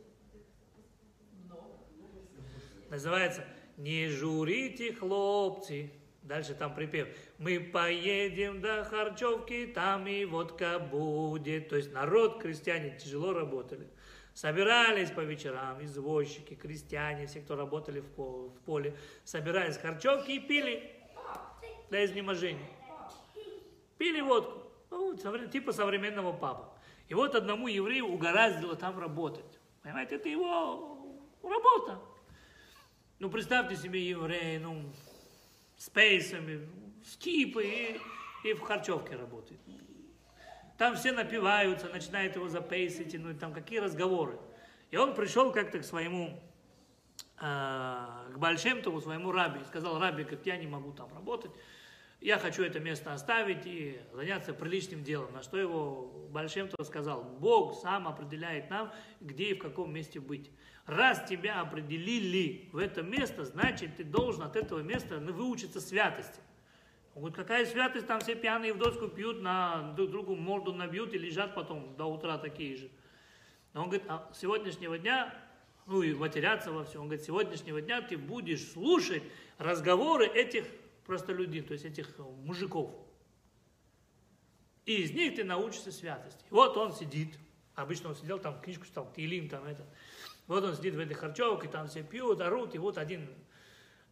Speaker 1: Называется «Не журите, хлопцы». Дальше там припев. Мы поедем до харчевки, там и водка будет. То есть народ, крестьяне тяжело работали. Собирались по вечерам, извозчики, крестьяне, все, кто работали в поле, собирались в харчевке и пили для изнеможения. Пили водку. Ну, типа современного паба. И вот одному еврею угораздило там работать. Понимаете, это его работа. Ну, представьте себе еврея, ну, с пейсами, с кипой и, и в харчевке работает. Там все напиваются, начинают его за пейсы тянуть, там какие разговоры. И он пришел как-то к своему, э, к Бааль-Шем-Тову, своему рабби, и сказал, рабби, как я не могу там работать, я хочу это место оставить и заняться приличным делом. На что его Бааль-Шем-Тов сказал, Бог сам определяет нам, где и в каком месте быть. Раз тебя определили в это место, значит, ты должен от этого места выучиться святости. Он говорит, какая святость, там все пьяные в доску пьют, на друг другу морду набьют и лежат потом до утра такие же. Но он говорит, а с сегодняшнего дня, ну и матерятся во всем, он говорит, с сегодняшнего дня ты будешь слушать разговоры этих простолюдин, то есть этих мужиков. И из них ты научишься святости. Вот он сидит, обычно он сидел там, книжку читал, Тилим там это. Вот он сидит в этой харчевке, там все пьют, орут, и вот один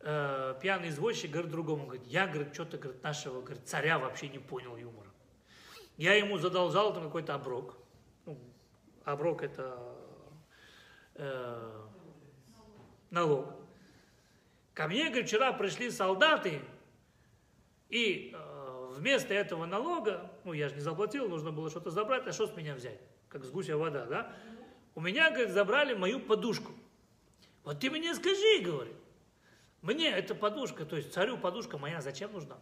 Speaker 1: э, пьяный извозчик говорит другому, говорит, я, говорит, что-то, говорит, нашего, говорит, царя вообще не понял юмора. Я ему задолжал там какой-то оброк. Ну, оброк это э, налог. Ко мне, говорит, вчера пришли солдаты, и э, вместо этого налога, ну, я же не заплатил, нужно было что-то забрать, а что с меня взять? Как с гуся вода, да? У меня, говорит, забрали мою подушку. Вот ты мне скажи, говорит, мне эта подушка, то есть царю подушка моя зачем нужна?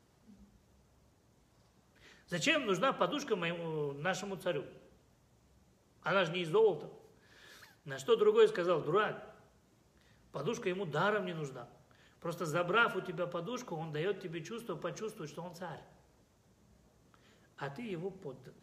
Speaker 1: Зачем нужна подушка моему, нашему царю? Она же не из золота. На что другой сказал, дурак, подушка ему даром не нужна. Просто забрав у тебя подушку, он дает тебе чувство, почувствовать, что он царь. А ты его подданный.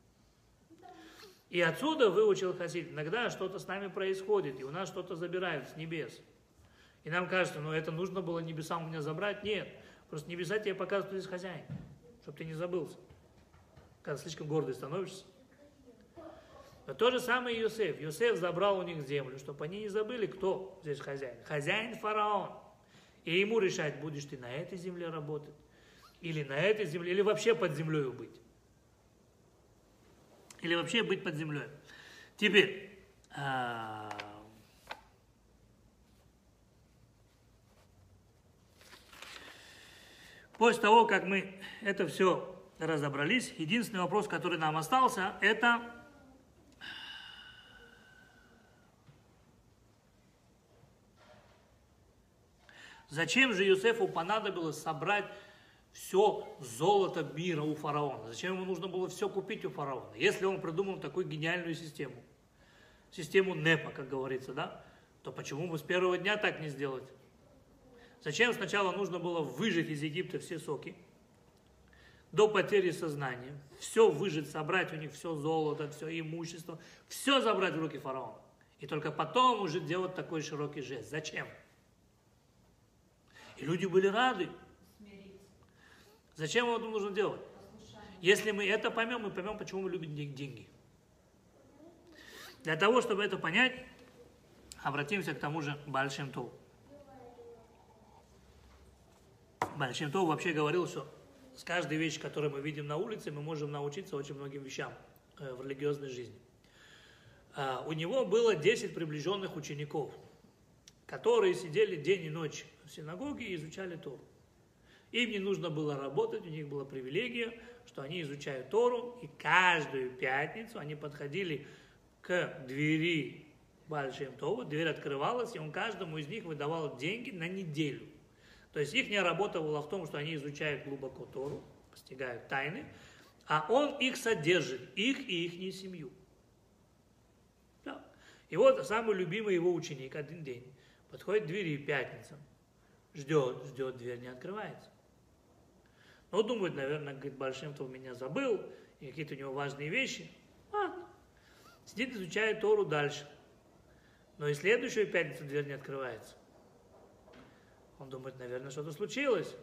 Speaker 1: И отсюда выучил Хасид, иногда что-то с нами происходит, и у нас что-то забирают с небес. И нам кажется, ну это нужно было небесам у меня забрать. Нет, просто небеса тебе показывают, кто здесь хозяин, чтобы ты не забылся, когда слишком гордый становишься. Но то же самое Йосеф. Йосеф забрал у них землю, чтобы они не забыли, кто здесь хозяин. Хозяин фараон. И ему решать, будешь ты на этой земле работать, или на этой земле, или вообще под землей быть. Или вообще быть под землей. Теперь, а... после того, как мы это все разобрались, единственный вопрос, который нам остался, это зачем же Йосефу понадобилось собрать все золото мира у фараона? Зачем ему нужно было все купить у фараона? Если он придумал такую гениальную систему, систему НЭПа, как говорится, да, то почему бы с первого дня так не сделать? Зачем сначала нужно было выжать из Египта все соки, до потери сознания, все выжать, собрать у них все золото, все имущество, все забрать в руки фараона. И только потом уже делать такой широкий жест. Зачем? И люди были рады. Зачем это нужно делать? Если мы это поймем, мы поймем, почему мы любим деньги. Для того, чтобы это понять, обратимся к тому же Бааль Шем Тов. Бааль Шем Тов вообще говорил, что с каждой вещи, которую мы видим на улице, мы можем научиться очень многим вещам в религиозной жизни. У него было десять приближенных учеников, которые сидели день и ночь в синагоге и изучали Тору. Им не нужно было работать, у них была привилегия, что они изучают Тору, и каждую пятницу они подходили к двери Бааль Шем Това, дверь открывалась, и он каждому из них выдавал деньги на неделю. То есть их работа была в том, что они изучают глубоко Тору, постигают тайны, а он их содержит, их и их семью. Да. И вот самый любимый его ученик один день подходит к двери пятница, ждет, ждет, дверь не открывается. Ну, думает, наверное, говорит, Бааль Шем Това меня забыл, и какие-то у него важные вещи. Ладно. Сидит, изучает Тору дальше. Но и следующую пятницу дверь не открывается. Он думает, наверное, что-то случилось.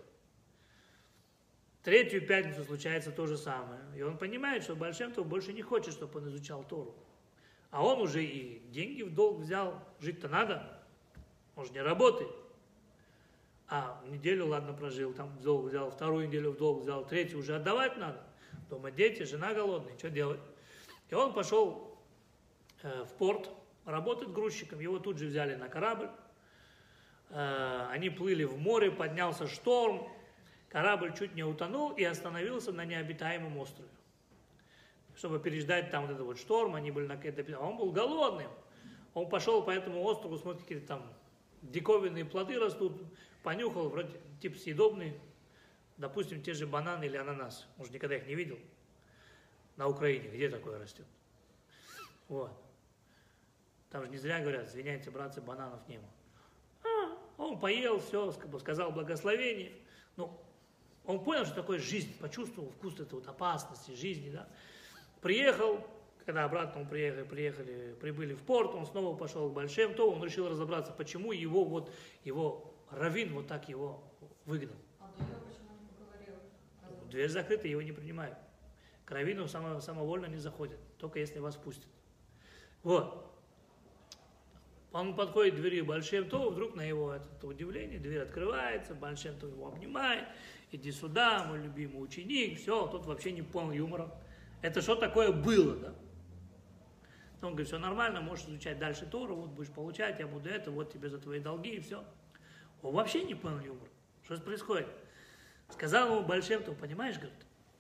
Speaker 1: Третью пятницу случается то же самое. И он понимает, что Бааль Шем Това больше не хочет, чтобы он изучал Тору. А он уже и деньги в долг взял. Жить-то надо. Он же не работает. А неделю, ладно, прожил, там в долг взял, вторую неделю в долг взял, третью уже отдавать надо. Дома дети, жена голодная, что делать? И он пошел э, в порт работать грузчиком. Его тут же взяли на корабль. Э, они плыли в море, поднялся шторм. Корабль чуть не утонул и остановился на необитаемом острове. Чтобы переждать там вот этот вот шторм, они были на какой-то... А он был голодным. Он пошел по этому острову, смотрит, какие-то там диковинные плоды растут, понюхал, вроде типа съедобные, допустим, те же бананы или ананасы. Может, никогда их не видел на Украине, где такое растет. Вот. Там же не зря говорят, извиняйте, братцы, бананов не было. А, он поел, все, сказал благословение. Ну, он понял, что такое жизнь, почувствовал вкус этой вот опасности, жизни, да. Приехал, когда обратно он приехали, приехали, прибыли в порт, он снова пошел к Бааль Шем Това, он решил разобраться, почему его вот, его раввин вот так его выгнал.
Speaker 2: А до этого почему не поговорил?
Speaker 1: Дверь закрыта, его не принимают. К раввину само, самовольно не заходят, только если вас пустят. Вот. Он подходит к двери Бааль Шем Това, вдруг на его это удивление, дверь открывается, Бааль Шем Това его обнимает, иди сюда, мой любимый ученик, все, тот вообще не понял юмора. Это что такое было, да? Он говорит, все нормально, можешь изучать дальше Тору, вот будешь получать, я буду это, вот тебе за твои долги и все. Он вообще не понял юмор. Что же происходит? Сказал ему Бааль Шем Това, понимаешь, говорит,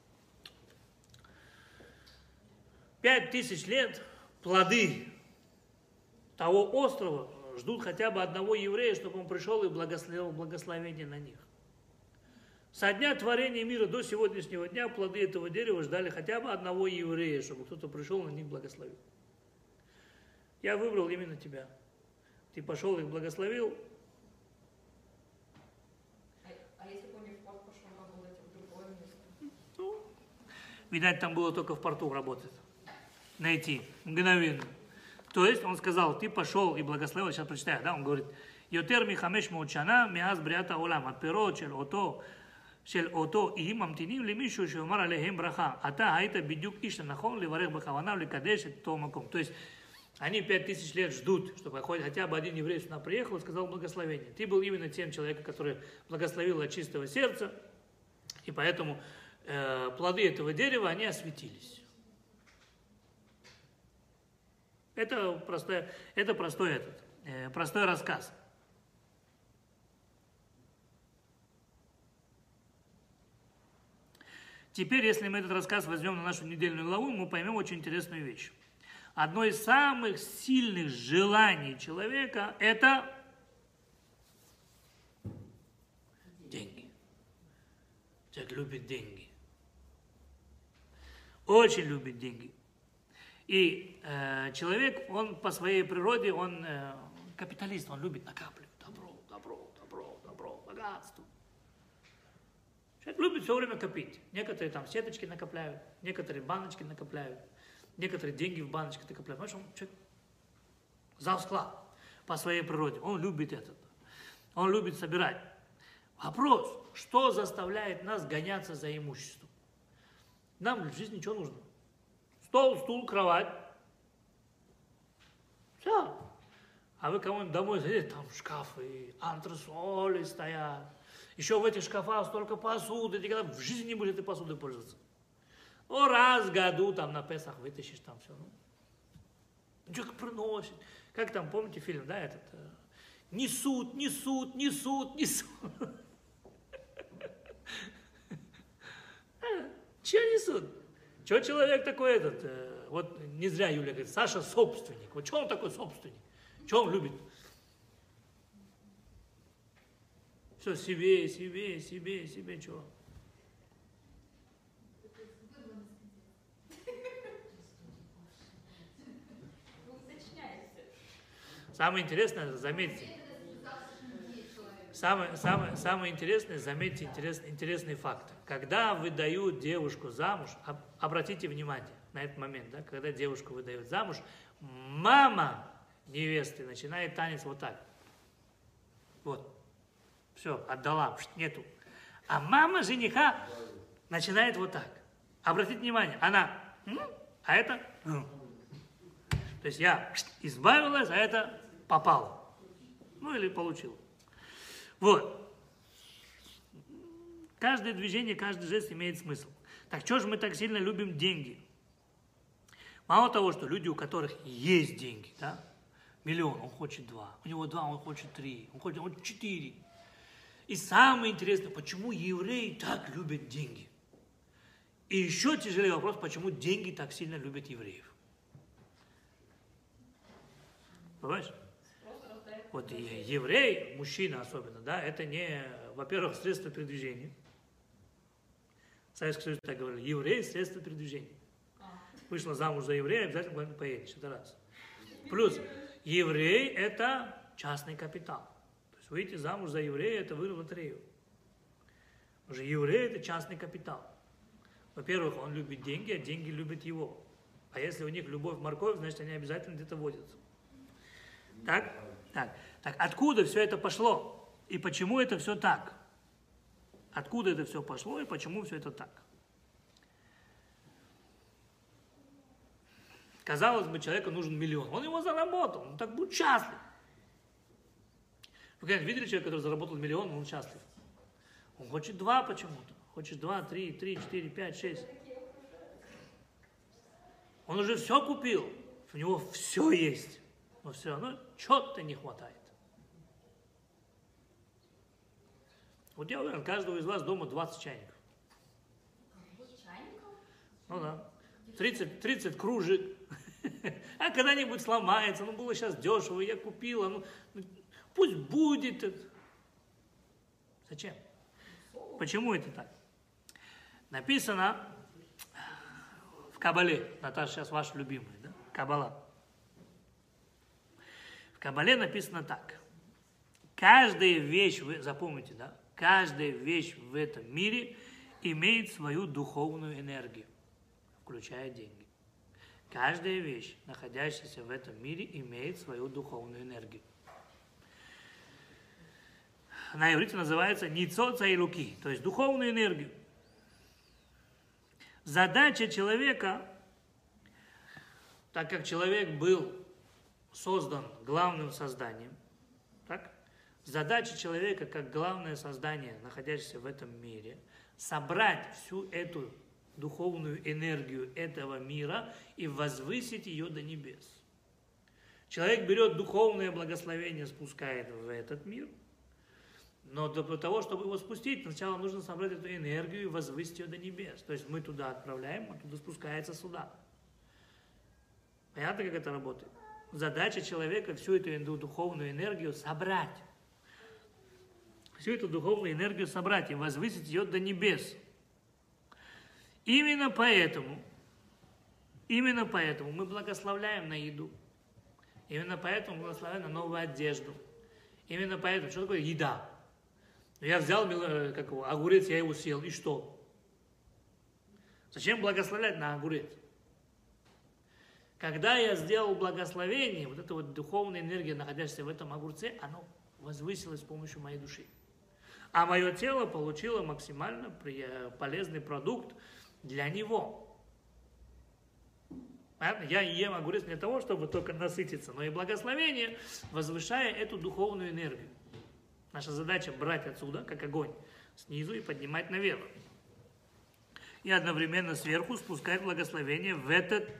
Speaker 1: пять тысяч лет плоды того острова ждут хотя бы одного еврея, чтобы он пришел и благословил благословение на них. Со дня творения мира до сегодняшнего дня плоды этого дерева ждали хотя бы одного еврея, чтобы кто-то пришел и на них благословил. Я выбрал именно тебя. Ты пошел и их благословил.
Speaker 2: А, а если бы он не в порт пошел работать, а в другое место?
Speaker 1: Ну, видать, там было только в порту работать. Найти, мгновенно. То есть он сказал, ты пошел и благословил, сейчас прочитаю, да, он говорит, יותר מחמש מאות שנה מאז בריאת העולם, הפירות של אותו, של אותו איים ממתינים למישהו שאומר עליהם ברכה. אתה היית בדיוק איש הנכון לברך בכוונה ולקדש את אותו מקום. То есть они пять тысяч лет ждут, чтобы хотя бы один еврей сюда приехал и сказал благословение. Ты был именно тем человеком, который благословил от чистого сердца, и поэтому э, плоды этого дерева, они осветились. Это простой, это простой, этот, э, простой рассказ. Теперь, если мы этот рассказ возьмем на нашу недельную главу, мы поймем очень интересную вещь. Одно из самых сильных желаний человека – это деньги. Человек любит деньги. Очень любит деньги. И э, человек, он по своей природе, он э, капиталист, он любит накапливать добро, добро, добро, добро, богатство. Человек любит все время копить. Некоторые там сеточки накопляют, некоторые баночки накопляют, некоторые деньги в баночке накопляют. Понимаешь, он человек зал склад по своей природе. Он любит это. Он любит собирать. Вопрос, что заставляет нас гоняться за имуществом? Нам в жизни что нужно? Стол, стул, кровать. Все. А вы кому-нибудь домой зайдете, там шкафы, антресоли стоят. Еще в этих шкафах столько посуды, ты когда в жизни не будешь этой посудой пользоваться. Ну, раз в году там на Песах вытащишь там все. Ну, человек приносит. Как там, помните фильм, да, этот? Несут, несут, несут, несут. Чего несут? Чего человек такой этот? Вот не зря Юля говорит, Саша собственник. Вот что он такой собственник? Что он любит? Все себе, себе, себе, себе, чего? Самое интересное, заметьте, самое, самое, самое интересное, заметьте интересный, интересный факт. Когда выдают девушку замуж, обратите внимание на этот момент, да, когда девушку выдают замуж, мама невесты начинает танец вот так. Вот. Все, отдала, нету. А мама жениха начинает вот так. Обратите внимание, она, а это, то есть я избавилась, а это попало. Ну или получил. Вот. Каждое движение, каждый жест имеет смысл. Так что же мы так сильно любим деньги? Мало того, что люди, у которых есть деньги, да, миллион, он хочет два, у него два, он хочет три, он хочет, он хочет четыре. И самое интересное, почему евреи так любят деньги? И еще тяжелее вопрос, почему деньги так сильно любят евреев. Понимаешь? Вот еврей, мужчина особенно, да, это не, во-первых, средство передвижения. В Советском Союзе так говорили, еврей – средство передвижения. Вышла замуж за еврея, обязательно куда-нибудь поедешь, это раз. Плюс, еврей – это частный капитал. То есть выйти замуж за еврея – это выиграть лотерею. Потому что еврей – это частный капитал. Во-первых, он любит деньги, а деньги любят его. А если у них любовь-морковь, значит, они обязательно где-то водятся. Так? Так. Так, откуда все это пошло? И почему это все так? Откуда это все пошло и почему все это так? Казалось бы, человеку нужен миллион. Он его заработал, он так будет счастлив. Вы когда видели человека, который заработал миллион, он счастлив. Он хочет два почему-то. Хочет два, три, три, четыре, пять, шесть. Он уже все купил. У него все есть. Но все равно чего-то не хватает. Вот я уверен, каждого из вас дома двадцать чайников.
Speaker 2: Чайников?
Speaker 1: Ну да. тридцать, тридцать кружек. А когда-нибудь сломается. Ну было сейчас дешево, я купила. Ну, пусть будет. Зачем? Почему это так? Написано в Кабале. Наташа, сейчас ваш любимый, да? Кабала. В Кабале написано так. Каждая вещь, вы запомните, да? Каждая вещь в этом мире имеет свою духовную энергию, включая деньги. Каждая вещь, находящаяся в этом мире, имеет свою духовную энергию. На иврите называется ницоца и руки, то есть духовную энергию. Задача человека, так как человек был создан главным созданием, так? Задача человека, как главное создание, находящееся в этом мире, собрать всю эту духовную энергию этого мира и возвысить ее до небес. Человек берет духовное благословение, спускает в этот мир, но для того, чтобы его спустить, сначала нужно собрать эту энергию и возвысить ее до небес. То есть мы туда отправляем, оттуда спускается сюда. Понятно, как это работает? Задача человека всю эту духовную энергию собрать. Всю эту духовную энергию собрать и возвысить ее до небес. Именно поэтому, именно поэтому мы благословляем на еду. Именно поэтому мы благословляем на новую одежду. Именно поэтому, что такое еда? Я взял как его, огурец, я его съел, и что? Зачем благословлять на огурец? Когда я сделал благословение, вот эта вот духовная энергия, находящаяся в этом огурце, она возвысилась с помощью моей души. А мое тело получило максимально полезный продукт для него. Понятно? Я ем огурец не для того, чтобы только насытиться, но и благословение, возвышая эту духовную энергию. Наша задача брать отсюда, как огонь, снизу и поднимать наверх. И одновременно сверху спускать благословение в этот,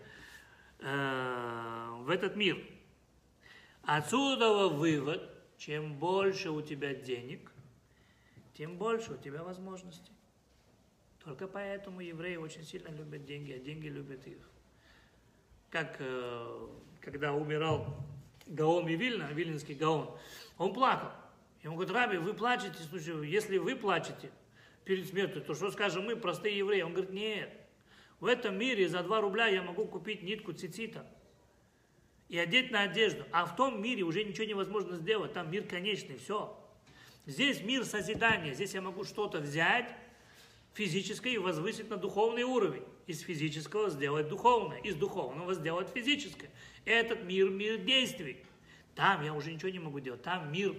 Speaker 1: э, в этот мир. Отсюда вывод, чем больше у тебя денег, тем больше у тебя возможностей. Только поэтому евреи очень сильно любят деньги, а деньги любят их. Как э, когда умирал Гаон Вильна, вильнинский Гаон, он плакал. Ему говорят: Раби, вы плачете, слушай, если вы плачете перед смертью, то что скажем мы, простые евреи? Он говорит: нет, в этом мире за два рубля я могу купить нитку цицита и одеть на одежду, а в том мире уже ничего невозможно сделать, там мир конечный, все. Здесь мир созидания, здесь я могу что-то взять физическое и возвысить на духовный уровень. Из физического сделать духовное, из духовного сделать физическое. Этот мир, мир действий. Там я уже ничего не могу делать, там мир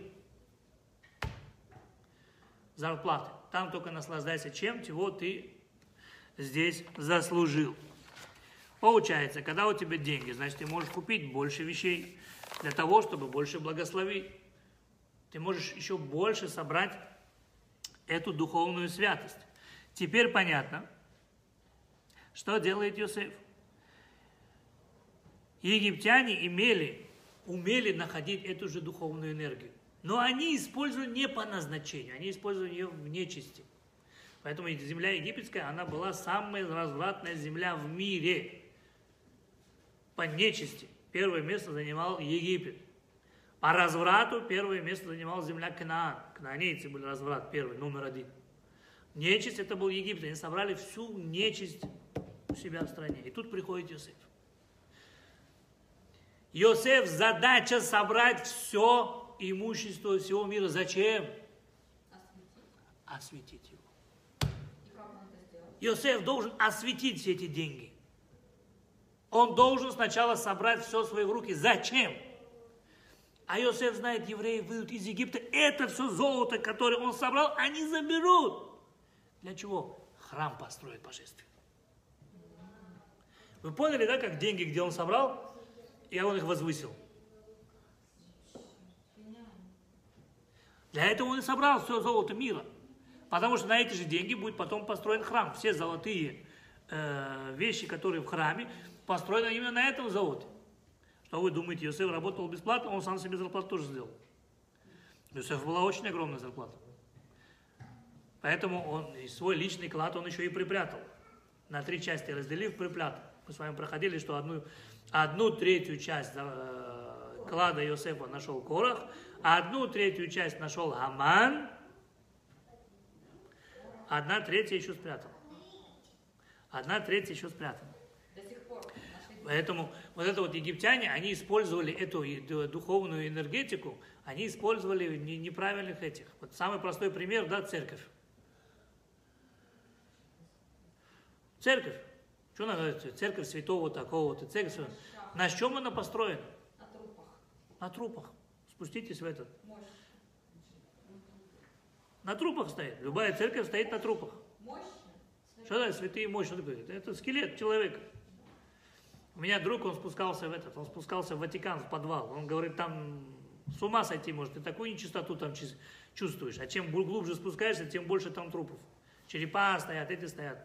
Speaker 1: зарплаты. Там только наслаждайся чем, чего ты здесь заслужил. Получается, когда у тебя деньги, значит, ты можешь купить больше вещей для того, чтобы больше благословить. Ты можешь еще больше собрать эту духовную святость. Теперь понятно, что делает Йосеф. Египтяне имели, умели находить эту же духовную энергию. Но они использовали не по назначению, они использовали ее в нечисти. Поэтому земля египетская, она была самая развратная земля в мире. По нечисти первое место занимал Египет. По разврату первое место занимала земля Канаан. Кнаанейцы были разврат первый, номер один. Нечисть это был Египет. Они собрали всю нечисть у себя в стране. И тут приходит Йосеф. Йосеф задача собрать все имущество всего мира. Зачем?
Speaker 2: Осветить.
Speaker 1: Осветить его.
Speaker 2: И как он это сделал?
Speaker 1: Йосеф должен осветить все эти деньги. Он должен сначала собрать все в свои руки. Зачем? А Йосеф знает, евреи выйдут из Египта. Это все золото, которое он собрал, они заберут. Для чего? Храм построит божественный. Вы поняли, да, как деньги, где он собрал, и он их возвысил? Для этого он и собрал все золото мира. Потому что на эти же деньги будет потом построен храм. Все золотые э, вещи, которые в храме, построены именно на этом золоте. Что вы думаете, Йосеф работал бесплатно, он сам себе зарплату тоже сделал. У Йосефа была очень огромная зарплата. Поэтому он и свой личный клад он еще и припрятал. На три части разделив, припрятал. Мы с вами проходили, что одну, одну третью часть э, клада Йосефа нашел Корах, а одну третью часть нашел Гаман, одна третья еще спрятана. Одна третья еще спрятана.
Speaker 2: До сих пор.
Speaker 1: Поэтому вот это вот египтяне, они использовали эту духовную энергетику, они использовали неправильных этих. Вот самый простой пример, да, церковь. Церковь. Что надо? Церковь святого такого-то, церковь. На чем она построена?
Speaker 2: На трупах.
Speaker 1: На трупах. Спуститесь в этот.
Speaker 2: Мощь.
Speaker 1: На трупах стоит. Любая церковь стоит на трупах.
Speaker 2: Мощь.
Speaker 1: Что это святые мощи? Это скелет человека. У меня друг, он спускался в этот, он спускался в Ватикан, в подвал. Он говорит, там с ума сойти может, ты такую нечистоту там чувствуешь. А чем глубже спускаешься, тем больше там трупов. Черепа стоят, эти стоят.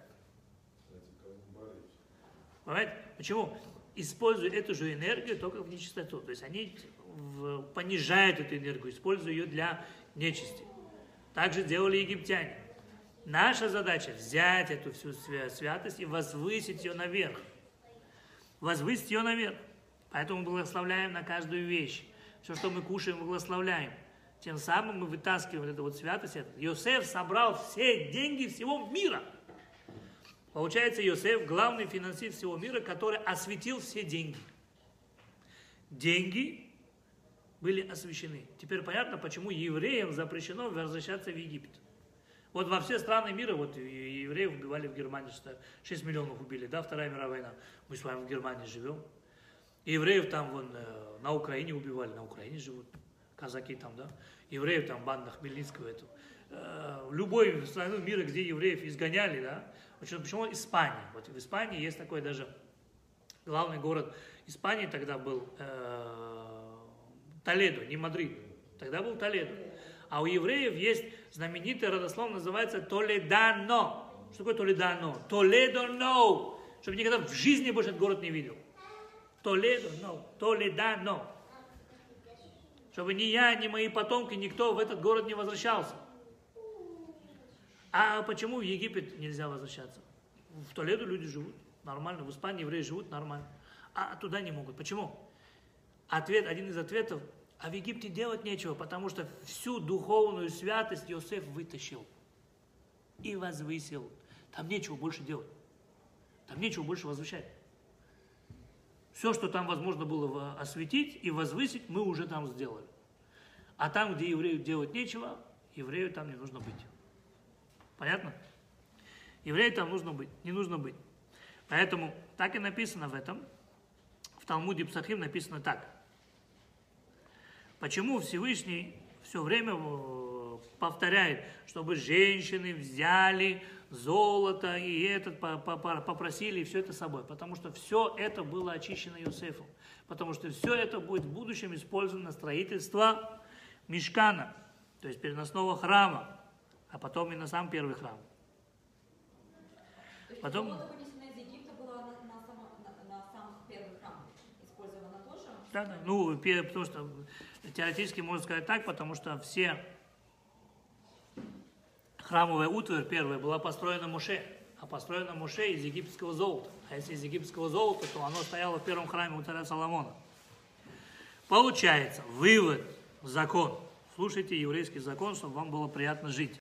Speaker 1: Понимаете? Почему? Используя эту же энергию только в нечистоту. То есть они в, понижают эту энергию, используя ее для нечисти. Так же делали египтяне. Наша задача взять эту всю святость и возвысить ее наверх. Возвысить ее наверх. Поэтому мы благословляем на каждую вещь. Все, что мы кушаем, мы благословляем. Тем самым мы вытаскиваем эту вот святость. Йосеф собрал все деньги всего мира. Получается, Йосеф главный финансист всего мира, который осветил все деньги. Деньги были освящены. Теперь понятно, почему евреям запрещено возвращаться в Египет. Вот во все страны мира, вот евреев убивали в Германии, шесть миллионов убили, да, Вторая мировая война. Мы с вами в Германии живем. И евреев там вон, на Украине убивали, на Украине живут. Казаки там, да. Евреев там, банда Хмельницкого эту. В любой стране мира, где евреев изгоняли, да. Почему, почему Испания? Вот в Испании есть такой даже главный город Испании тогда был э, Толедо, не Мадрид. Тогда был Толедо. А у евреев есть знаменитый родословно, называется Толедано. Что такое Толедано? Толедо, no. Чтобы никогда в жизни больше этот город не видел. Толедо, no. Толедано. Чтобы ни я, ни мои потомки, никто в этот город не возвращался. А почему в Египет нельзя возвращаться? В Толедо люди живут нормально, в Испании евреи живут нормально. А туда не могут. Почему? Ответ, один из ответов, а в Египте делать нечего, потому что всю духовную святость Йосеф вытащил и возвысил. Там нечего больше делать. Там нечего больше возвращать. Все, что там возможно было осветить и возвысить, мы уже там сделали. А там, где еврею делать нечего, еврею там не нужно быть. Понятно? Еврею там нужно быть, не нужно быть. Поэтому так и написано в этом. В Талмуде Псахим написано так. Почему Всевышний все время повторяет, чтобы женщины взяли золото и этот попросили, и все это с собой? Потому что все это было очищено Йосефом. Потому что все это будет в будущем использовано на строительство Мишкана, то есть переносного храма, а потом и на сам первый храм. Потом...
Speaker 2: Золото, вынесенное из Египта, было на, на, само, на, на сам первый храм использовано тоже?
Speaker 1: Да, да. Ну, потому что теоретически можно сказать так, потому что все храмовая утварь первая была построена Моше, а построена Моше из египетского золота. А если из египетского золота, то оно стояло в первом храме у царя Соломона. Получается, вывод, закон. Слушайте еврейский закон, чтобы вам было приятно жить.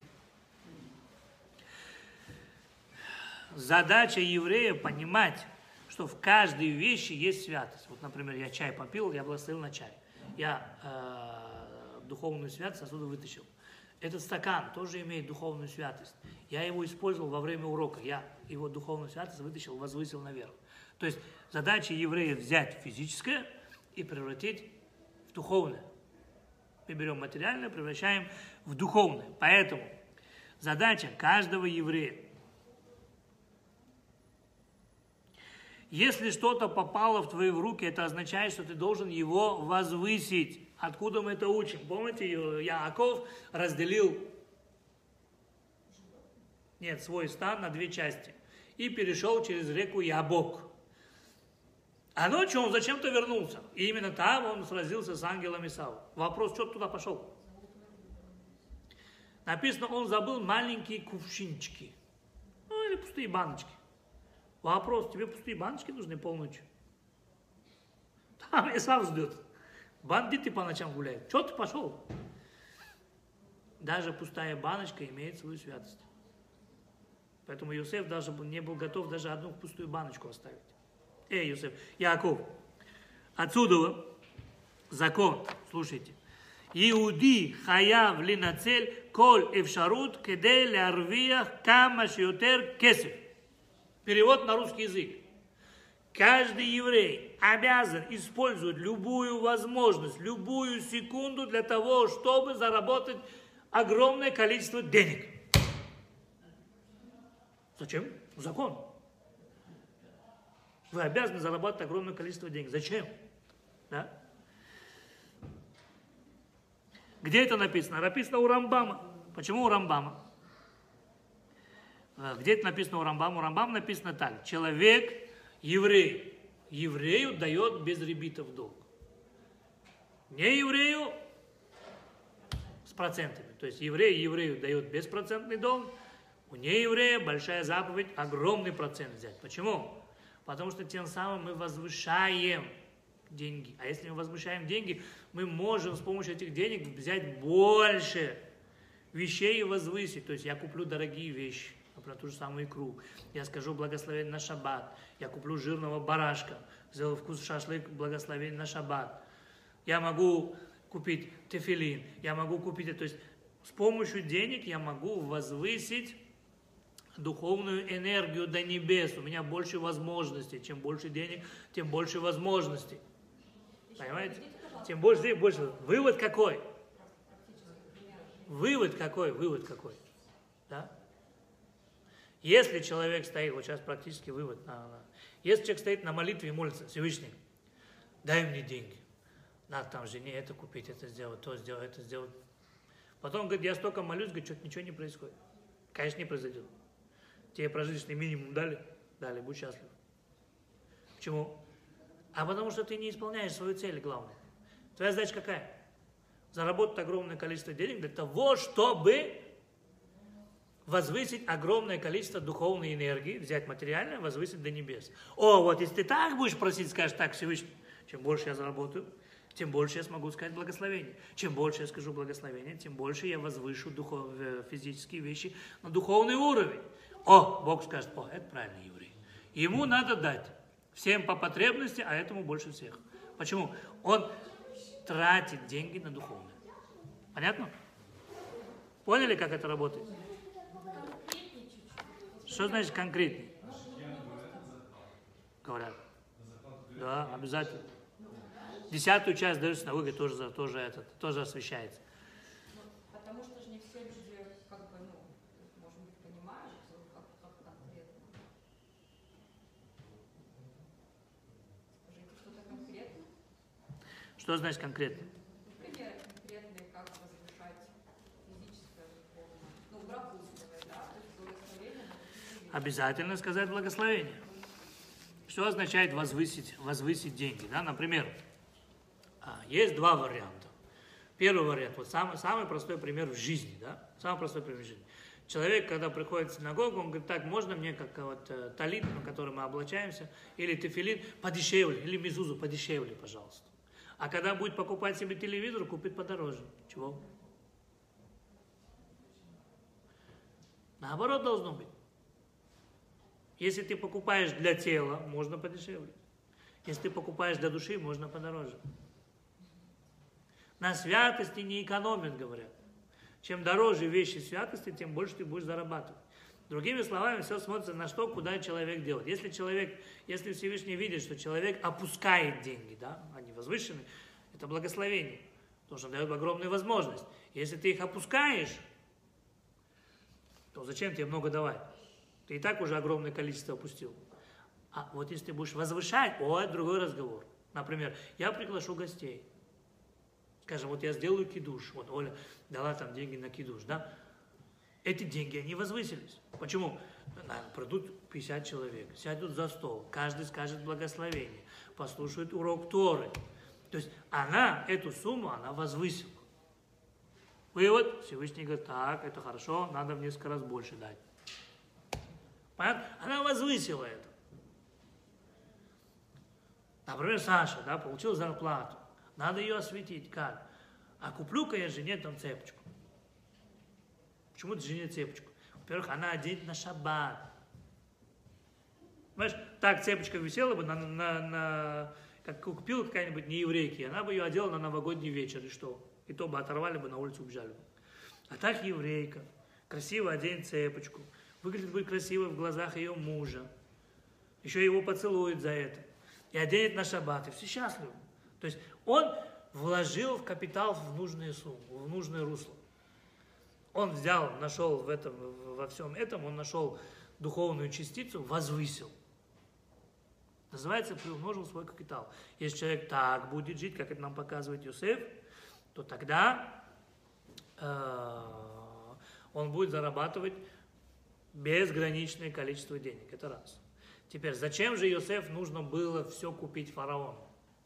Speaker 1: Задача еврея понимать, что в каждой вещи есть святость. Вот, например, я чай попил, я благословил на чай. Я э, духовную святость отсюда вытащил. Этот стакан тоже имеет духовную святость. Я его использовал во время урока. Я его духовную святость вытащил, возвысил наверх. То есть задача еврея взять физическое и превратить в духовное. Мы берем материальное, превращаем в духовное. Поэтому задача каждого еврея Если что-то попало в твои руки, это означает, что ты должен его возвысить. Откуда мы это учим? Помните, Яаков разделил нет, свой стан на две части и перешел через реку Ябок. А ночью он зачем-то вернулся. И именно там он сразился с ангелом Исава. Вопрос, что ты туда пошел? Написано, он забыл маленькие кувшинчики. Ну, или пустые баночки. Вопрос, тебе пустые баночки нужны полночи? Там Исав ждет. Бандиты по ночам гуляют. Что ты пошел? Даже пустая баночка имеет свою святость. Поэтому Иосиф даже не был готов даже одну пустую баночку оставить. Эй, Иосиф, Яков, отсюда закон, слушайте. Иуди хаяв линацель кол эфшарут кедей лярвиях кама шиотер кесев. Перевод на русский язык. Каждый еврей обязан использовать любую возможность, любую секунду для того, чтобы заработать огромное количество денег. Зачем? Закон. Вы обязаны зарабатывать огромное количество денег. Зачем? Да? Где это написано? Написано у Рамбама. Почему у Рамбама? Где это написано у Рамбама? У Рамбама написано так. Человек, еврей, еврею дает без ребита в долг. Не еврею с процентами. То есть еврей еврею дает беспроцентный долг. У нееврея большая заповедь огромный процент взять. Почему? Потому что тем самым мы возвышаем деньги. А если мы возвышаем деньги, мы можем с помощью этих денег взять больше вещей и возвысить. То есть я куплю дорогие вещи, например, ту же самую икру. Я скажу благословение на шаббат. Я куплю жирного барашка, сделаю вкус шашлык, благословение на шаббат. Я могу купить тефилин, я могу купить... То есть с помощью денег я могу возвысить духовную энергию до небес. У меня больше возможностей. Чем больше денег, тем больше возможностей. Понимаете? Тем больше денег, больше. Вывод какой? Вывод какой? Вывод какой? Да? Если человек стоит, вот сейчас практически вывод. Если человек стоит на молитве и молится, Всевышний, дай мне деньги. Надо там жене это купить, это сделать, то сделать, это сделать. Потом говорит, я столько молюсь, говорит, что-то ничего не происходит. Конечно, не произойдет. Тебе прожиточный минимум дали? Дали, будь счастлив. Почему? А потому что ты не исполняешь свою цель, главное. Твоя задача какая? Заработать огромное количество денег для того, чтобы возвысить огромное количество духовной энергии, взять материальное, возвысить до небес. О, вот если ты так будешь просить, скажешь, так, Всевышний, чем больше я заработаю, тем больше я смогу сказать благословение. Чем больше я скажу благословение, тем больше я возвышу духов, физические вещи на духовный уровень. О, Бог скажет, о, это правильный еврей. Ему надо дать всем по потребности, а этому больше всех. Почему? Он тратит деньги на духовное. Понятно? Поняли, как это работает? Что значит конкретней? Говорят. Да, обязательно. Десятую часть дается на выгод, тоже, тоже, это, тоже освещается.
Speaker 2: Потому что же не все люди, как бы, ну, может быть, понимают, как, как конкретно. Скажите, что-то конкретно?
Speaker 1: Что значит конкретно?
Speaker 2: Примеры конкретные, как возвышать физическое духовное. Ну, пропустивать, да? То есть благословение.
Speaker 1: Обязательно сказать благословение. Что означает возвысить, возвысить деньги? Да? Например, есть два варианта. Первый вариант, вот самый, самый простой пример в жизни, да? Самый простой пример в жизни. Человек, когда приходит в синагогу, он говорит, так, можно мне как вот талит, на который мы облачаемся, или тефилин, подешевле, или мезузу, подешевле, пожалуйста. А когда будет покупать себе телевизор, купит подороже. Чего? Наоборот должно быть. Если ты покупаешь для тела, можно подешевле. Если ты покупаешь для души, можно подороже. На святости не экономят, говорят. Чем дороже вещи святости, тем больше ты будешь зарабатывать. Другими словами, все смотрится на что, куда человек делает. Если человек, если Всевышний видит, что человек опускает деньги, да, они возвышены, это благословение, потому что он дает огромную возможность. Если ты их опускаешь, то зачем тебе много давать? Ты и так уже огромное количество опустил. А вот если ты будешь возвышать, о, это другой разговор. Например, я приглашу гостей. Скажем, вот я сделаю кидуш. Вот Оля дала там деньги на кидуш, да? Эти деньги, они возвысились. Почему? Придут пятьдесят человек, сядут за стол, каждый скажет благословение, послушают урок Торы. То есть она эту сумму, она возвысила. Вывод, Всевышний говорит, так, это хорошо, надо в несколько раз больше дать. Понятно? Она возвысила это. Например, Саша, да, получил зарплату. Надо ее осветить. Как? А куплю-ка я жене там цепочку. Почему ты жене цепочку? Во-первых, она оденет на шаббат. Понимаешь, так цепочка висела бы, на, на, на, как купила какая-нибудь нееврейки, она бы ее одела на новогодний вечер, и что? И то бы оторвали бы, на улицу убежали бы. А так еврейка, красиво оденет цепочку, выглядит будет красиво в глазах ее мужа, еще его поцелует за это, и оденет на шаббат, и все счастливы. То есть он вложил в капитал в нужные суммы, в нужное русло. Он взял, нашел в этом, во всем этом, он нашел духовную частицу, возвысил. Называется, приумножил свой капитал. Если человек так будет жить, как это нам показывает Йосеф, то тогда э, он будет зарабатывать безграничное количество денег. Это раз. Теперь, зачем же Йосеф нужно было все купить фараону?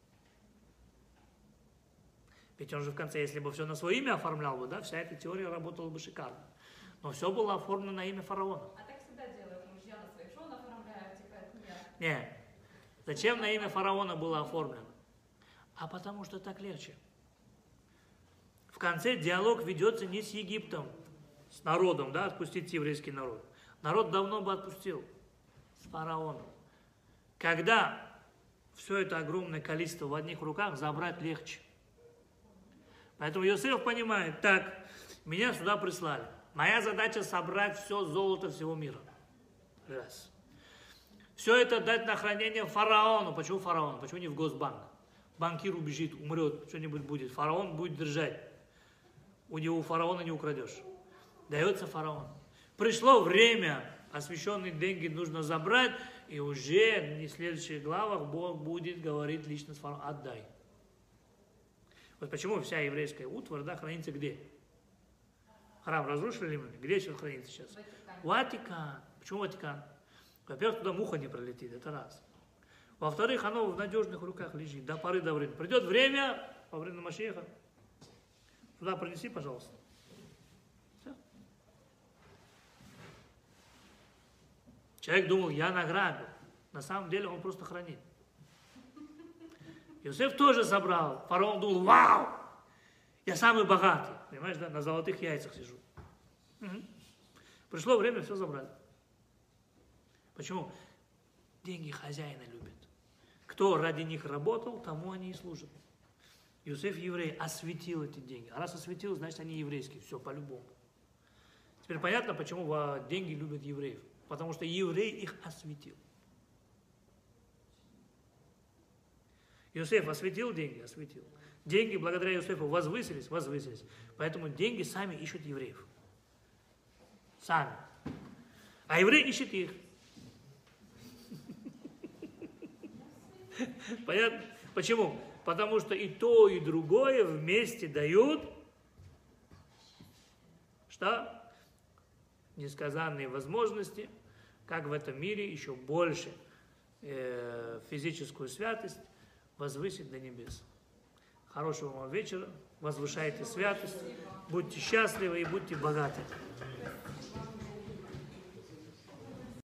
Speaker 1: Ведь он же в конце, если бы все на свое имя оформлял бы, да, вся эта теория работала бы шикарно. Но все было оформлено на имя фараона.
Speaker 2: А так всегда делают мужья на своих жен оформляют, типа, это не я.
Speaker 1: Нет. Зачем на имя фараона было оформлено? А потому что так легче. В конце диалог ведется не с Египтом, с народом, да, отпустить еврейский народ. Народ давно бы отпустил. С фараоном. Когда все это огромное количество в одних руках, забрать легче. Поэтому Йосеф понимает, так, меня сюда прислали. Моя задача собрать все золото всего мира. Раз. Все это дать на хранение фараону. Почему фараону? Почему не в Госбанк? Банкир убежит, умрет, что-нибудь будет. Фараон будет держать. У него у фараона не украдешь. Дается фараон. Пришло время, освященные деньги нужно забрать, и уже в следующих главах Бог будет говорить лично с фараоном, отдай. Вот почему вся еврейская утварь, да, хранится где? Храм разрушили мы? Где сейчас хранится сейчас?
Speaker 2: Ватикан.
Speaker 1: Ватикан. Почему Ватикан? Во-первых, туда муха не пролетит, это раз. Во-вторых, оно в надежных руках лежит до поры до времени. Придет время, во время Машиаха, сюда принеси, пожалуйста. Все. Человек думал, я награбил. На самом деле он просто хранит. Йосеф тоже собрал. Фараон думал, вау, я самый богатый. Понимаешь, да, на золотых яйцах сижу. Угу. Пришло время, все забрали. Почему? Деньги хозяина любят. Кто ради них работал, тому они и служат. Йосеф еврей осветил эти деньги. А раз осветил, значит они еврейские. Все, по-любому. Теперь понятно, почему деньги любят евреев. Потому что еврей их осветил. Йосеф осветил деньги? Осветил. Деньги благодаря Йосефу возвысились? Возвысились. Поэтому деньги сами ищут евреев. Сами. А еврей ищет их. Понятно? Почему? Потому что и то, и другое вместе дают что? Несказанные возможности, как в этом мире еще больше э, физическую святость возвысить до небес. Хорошего вам вечера, возвышайте святость, будьте счастливы и будьте богаты.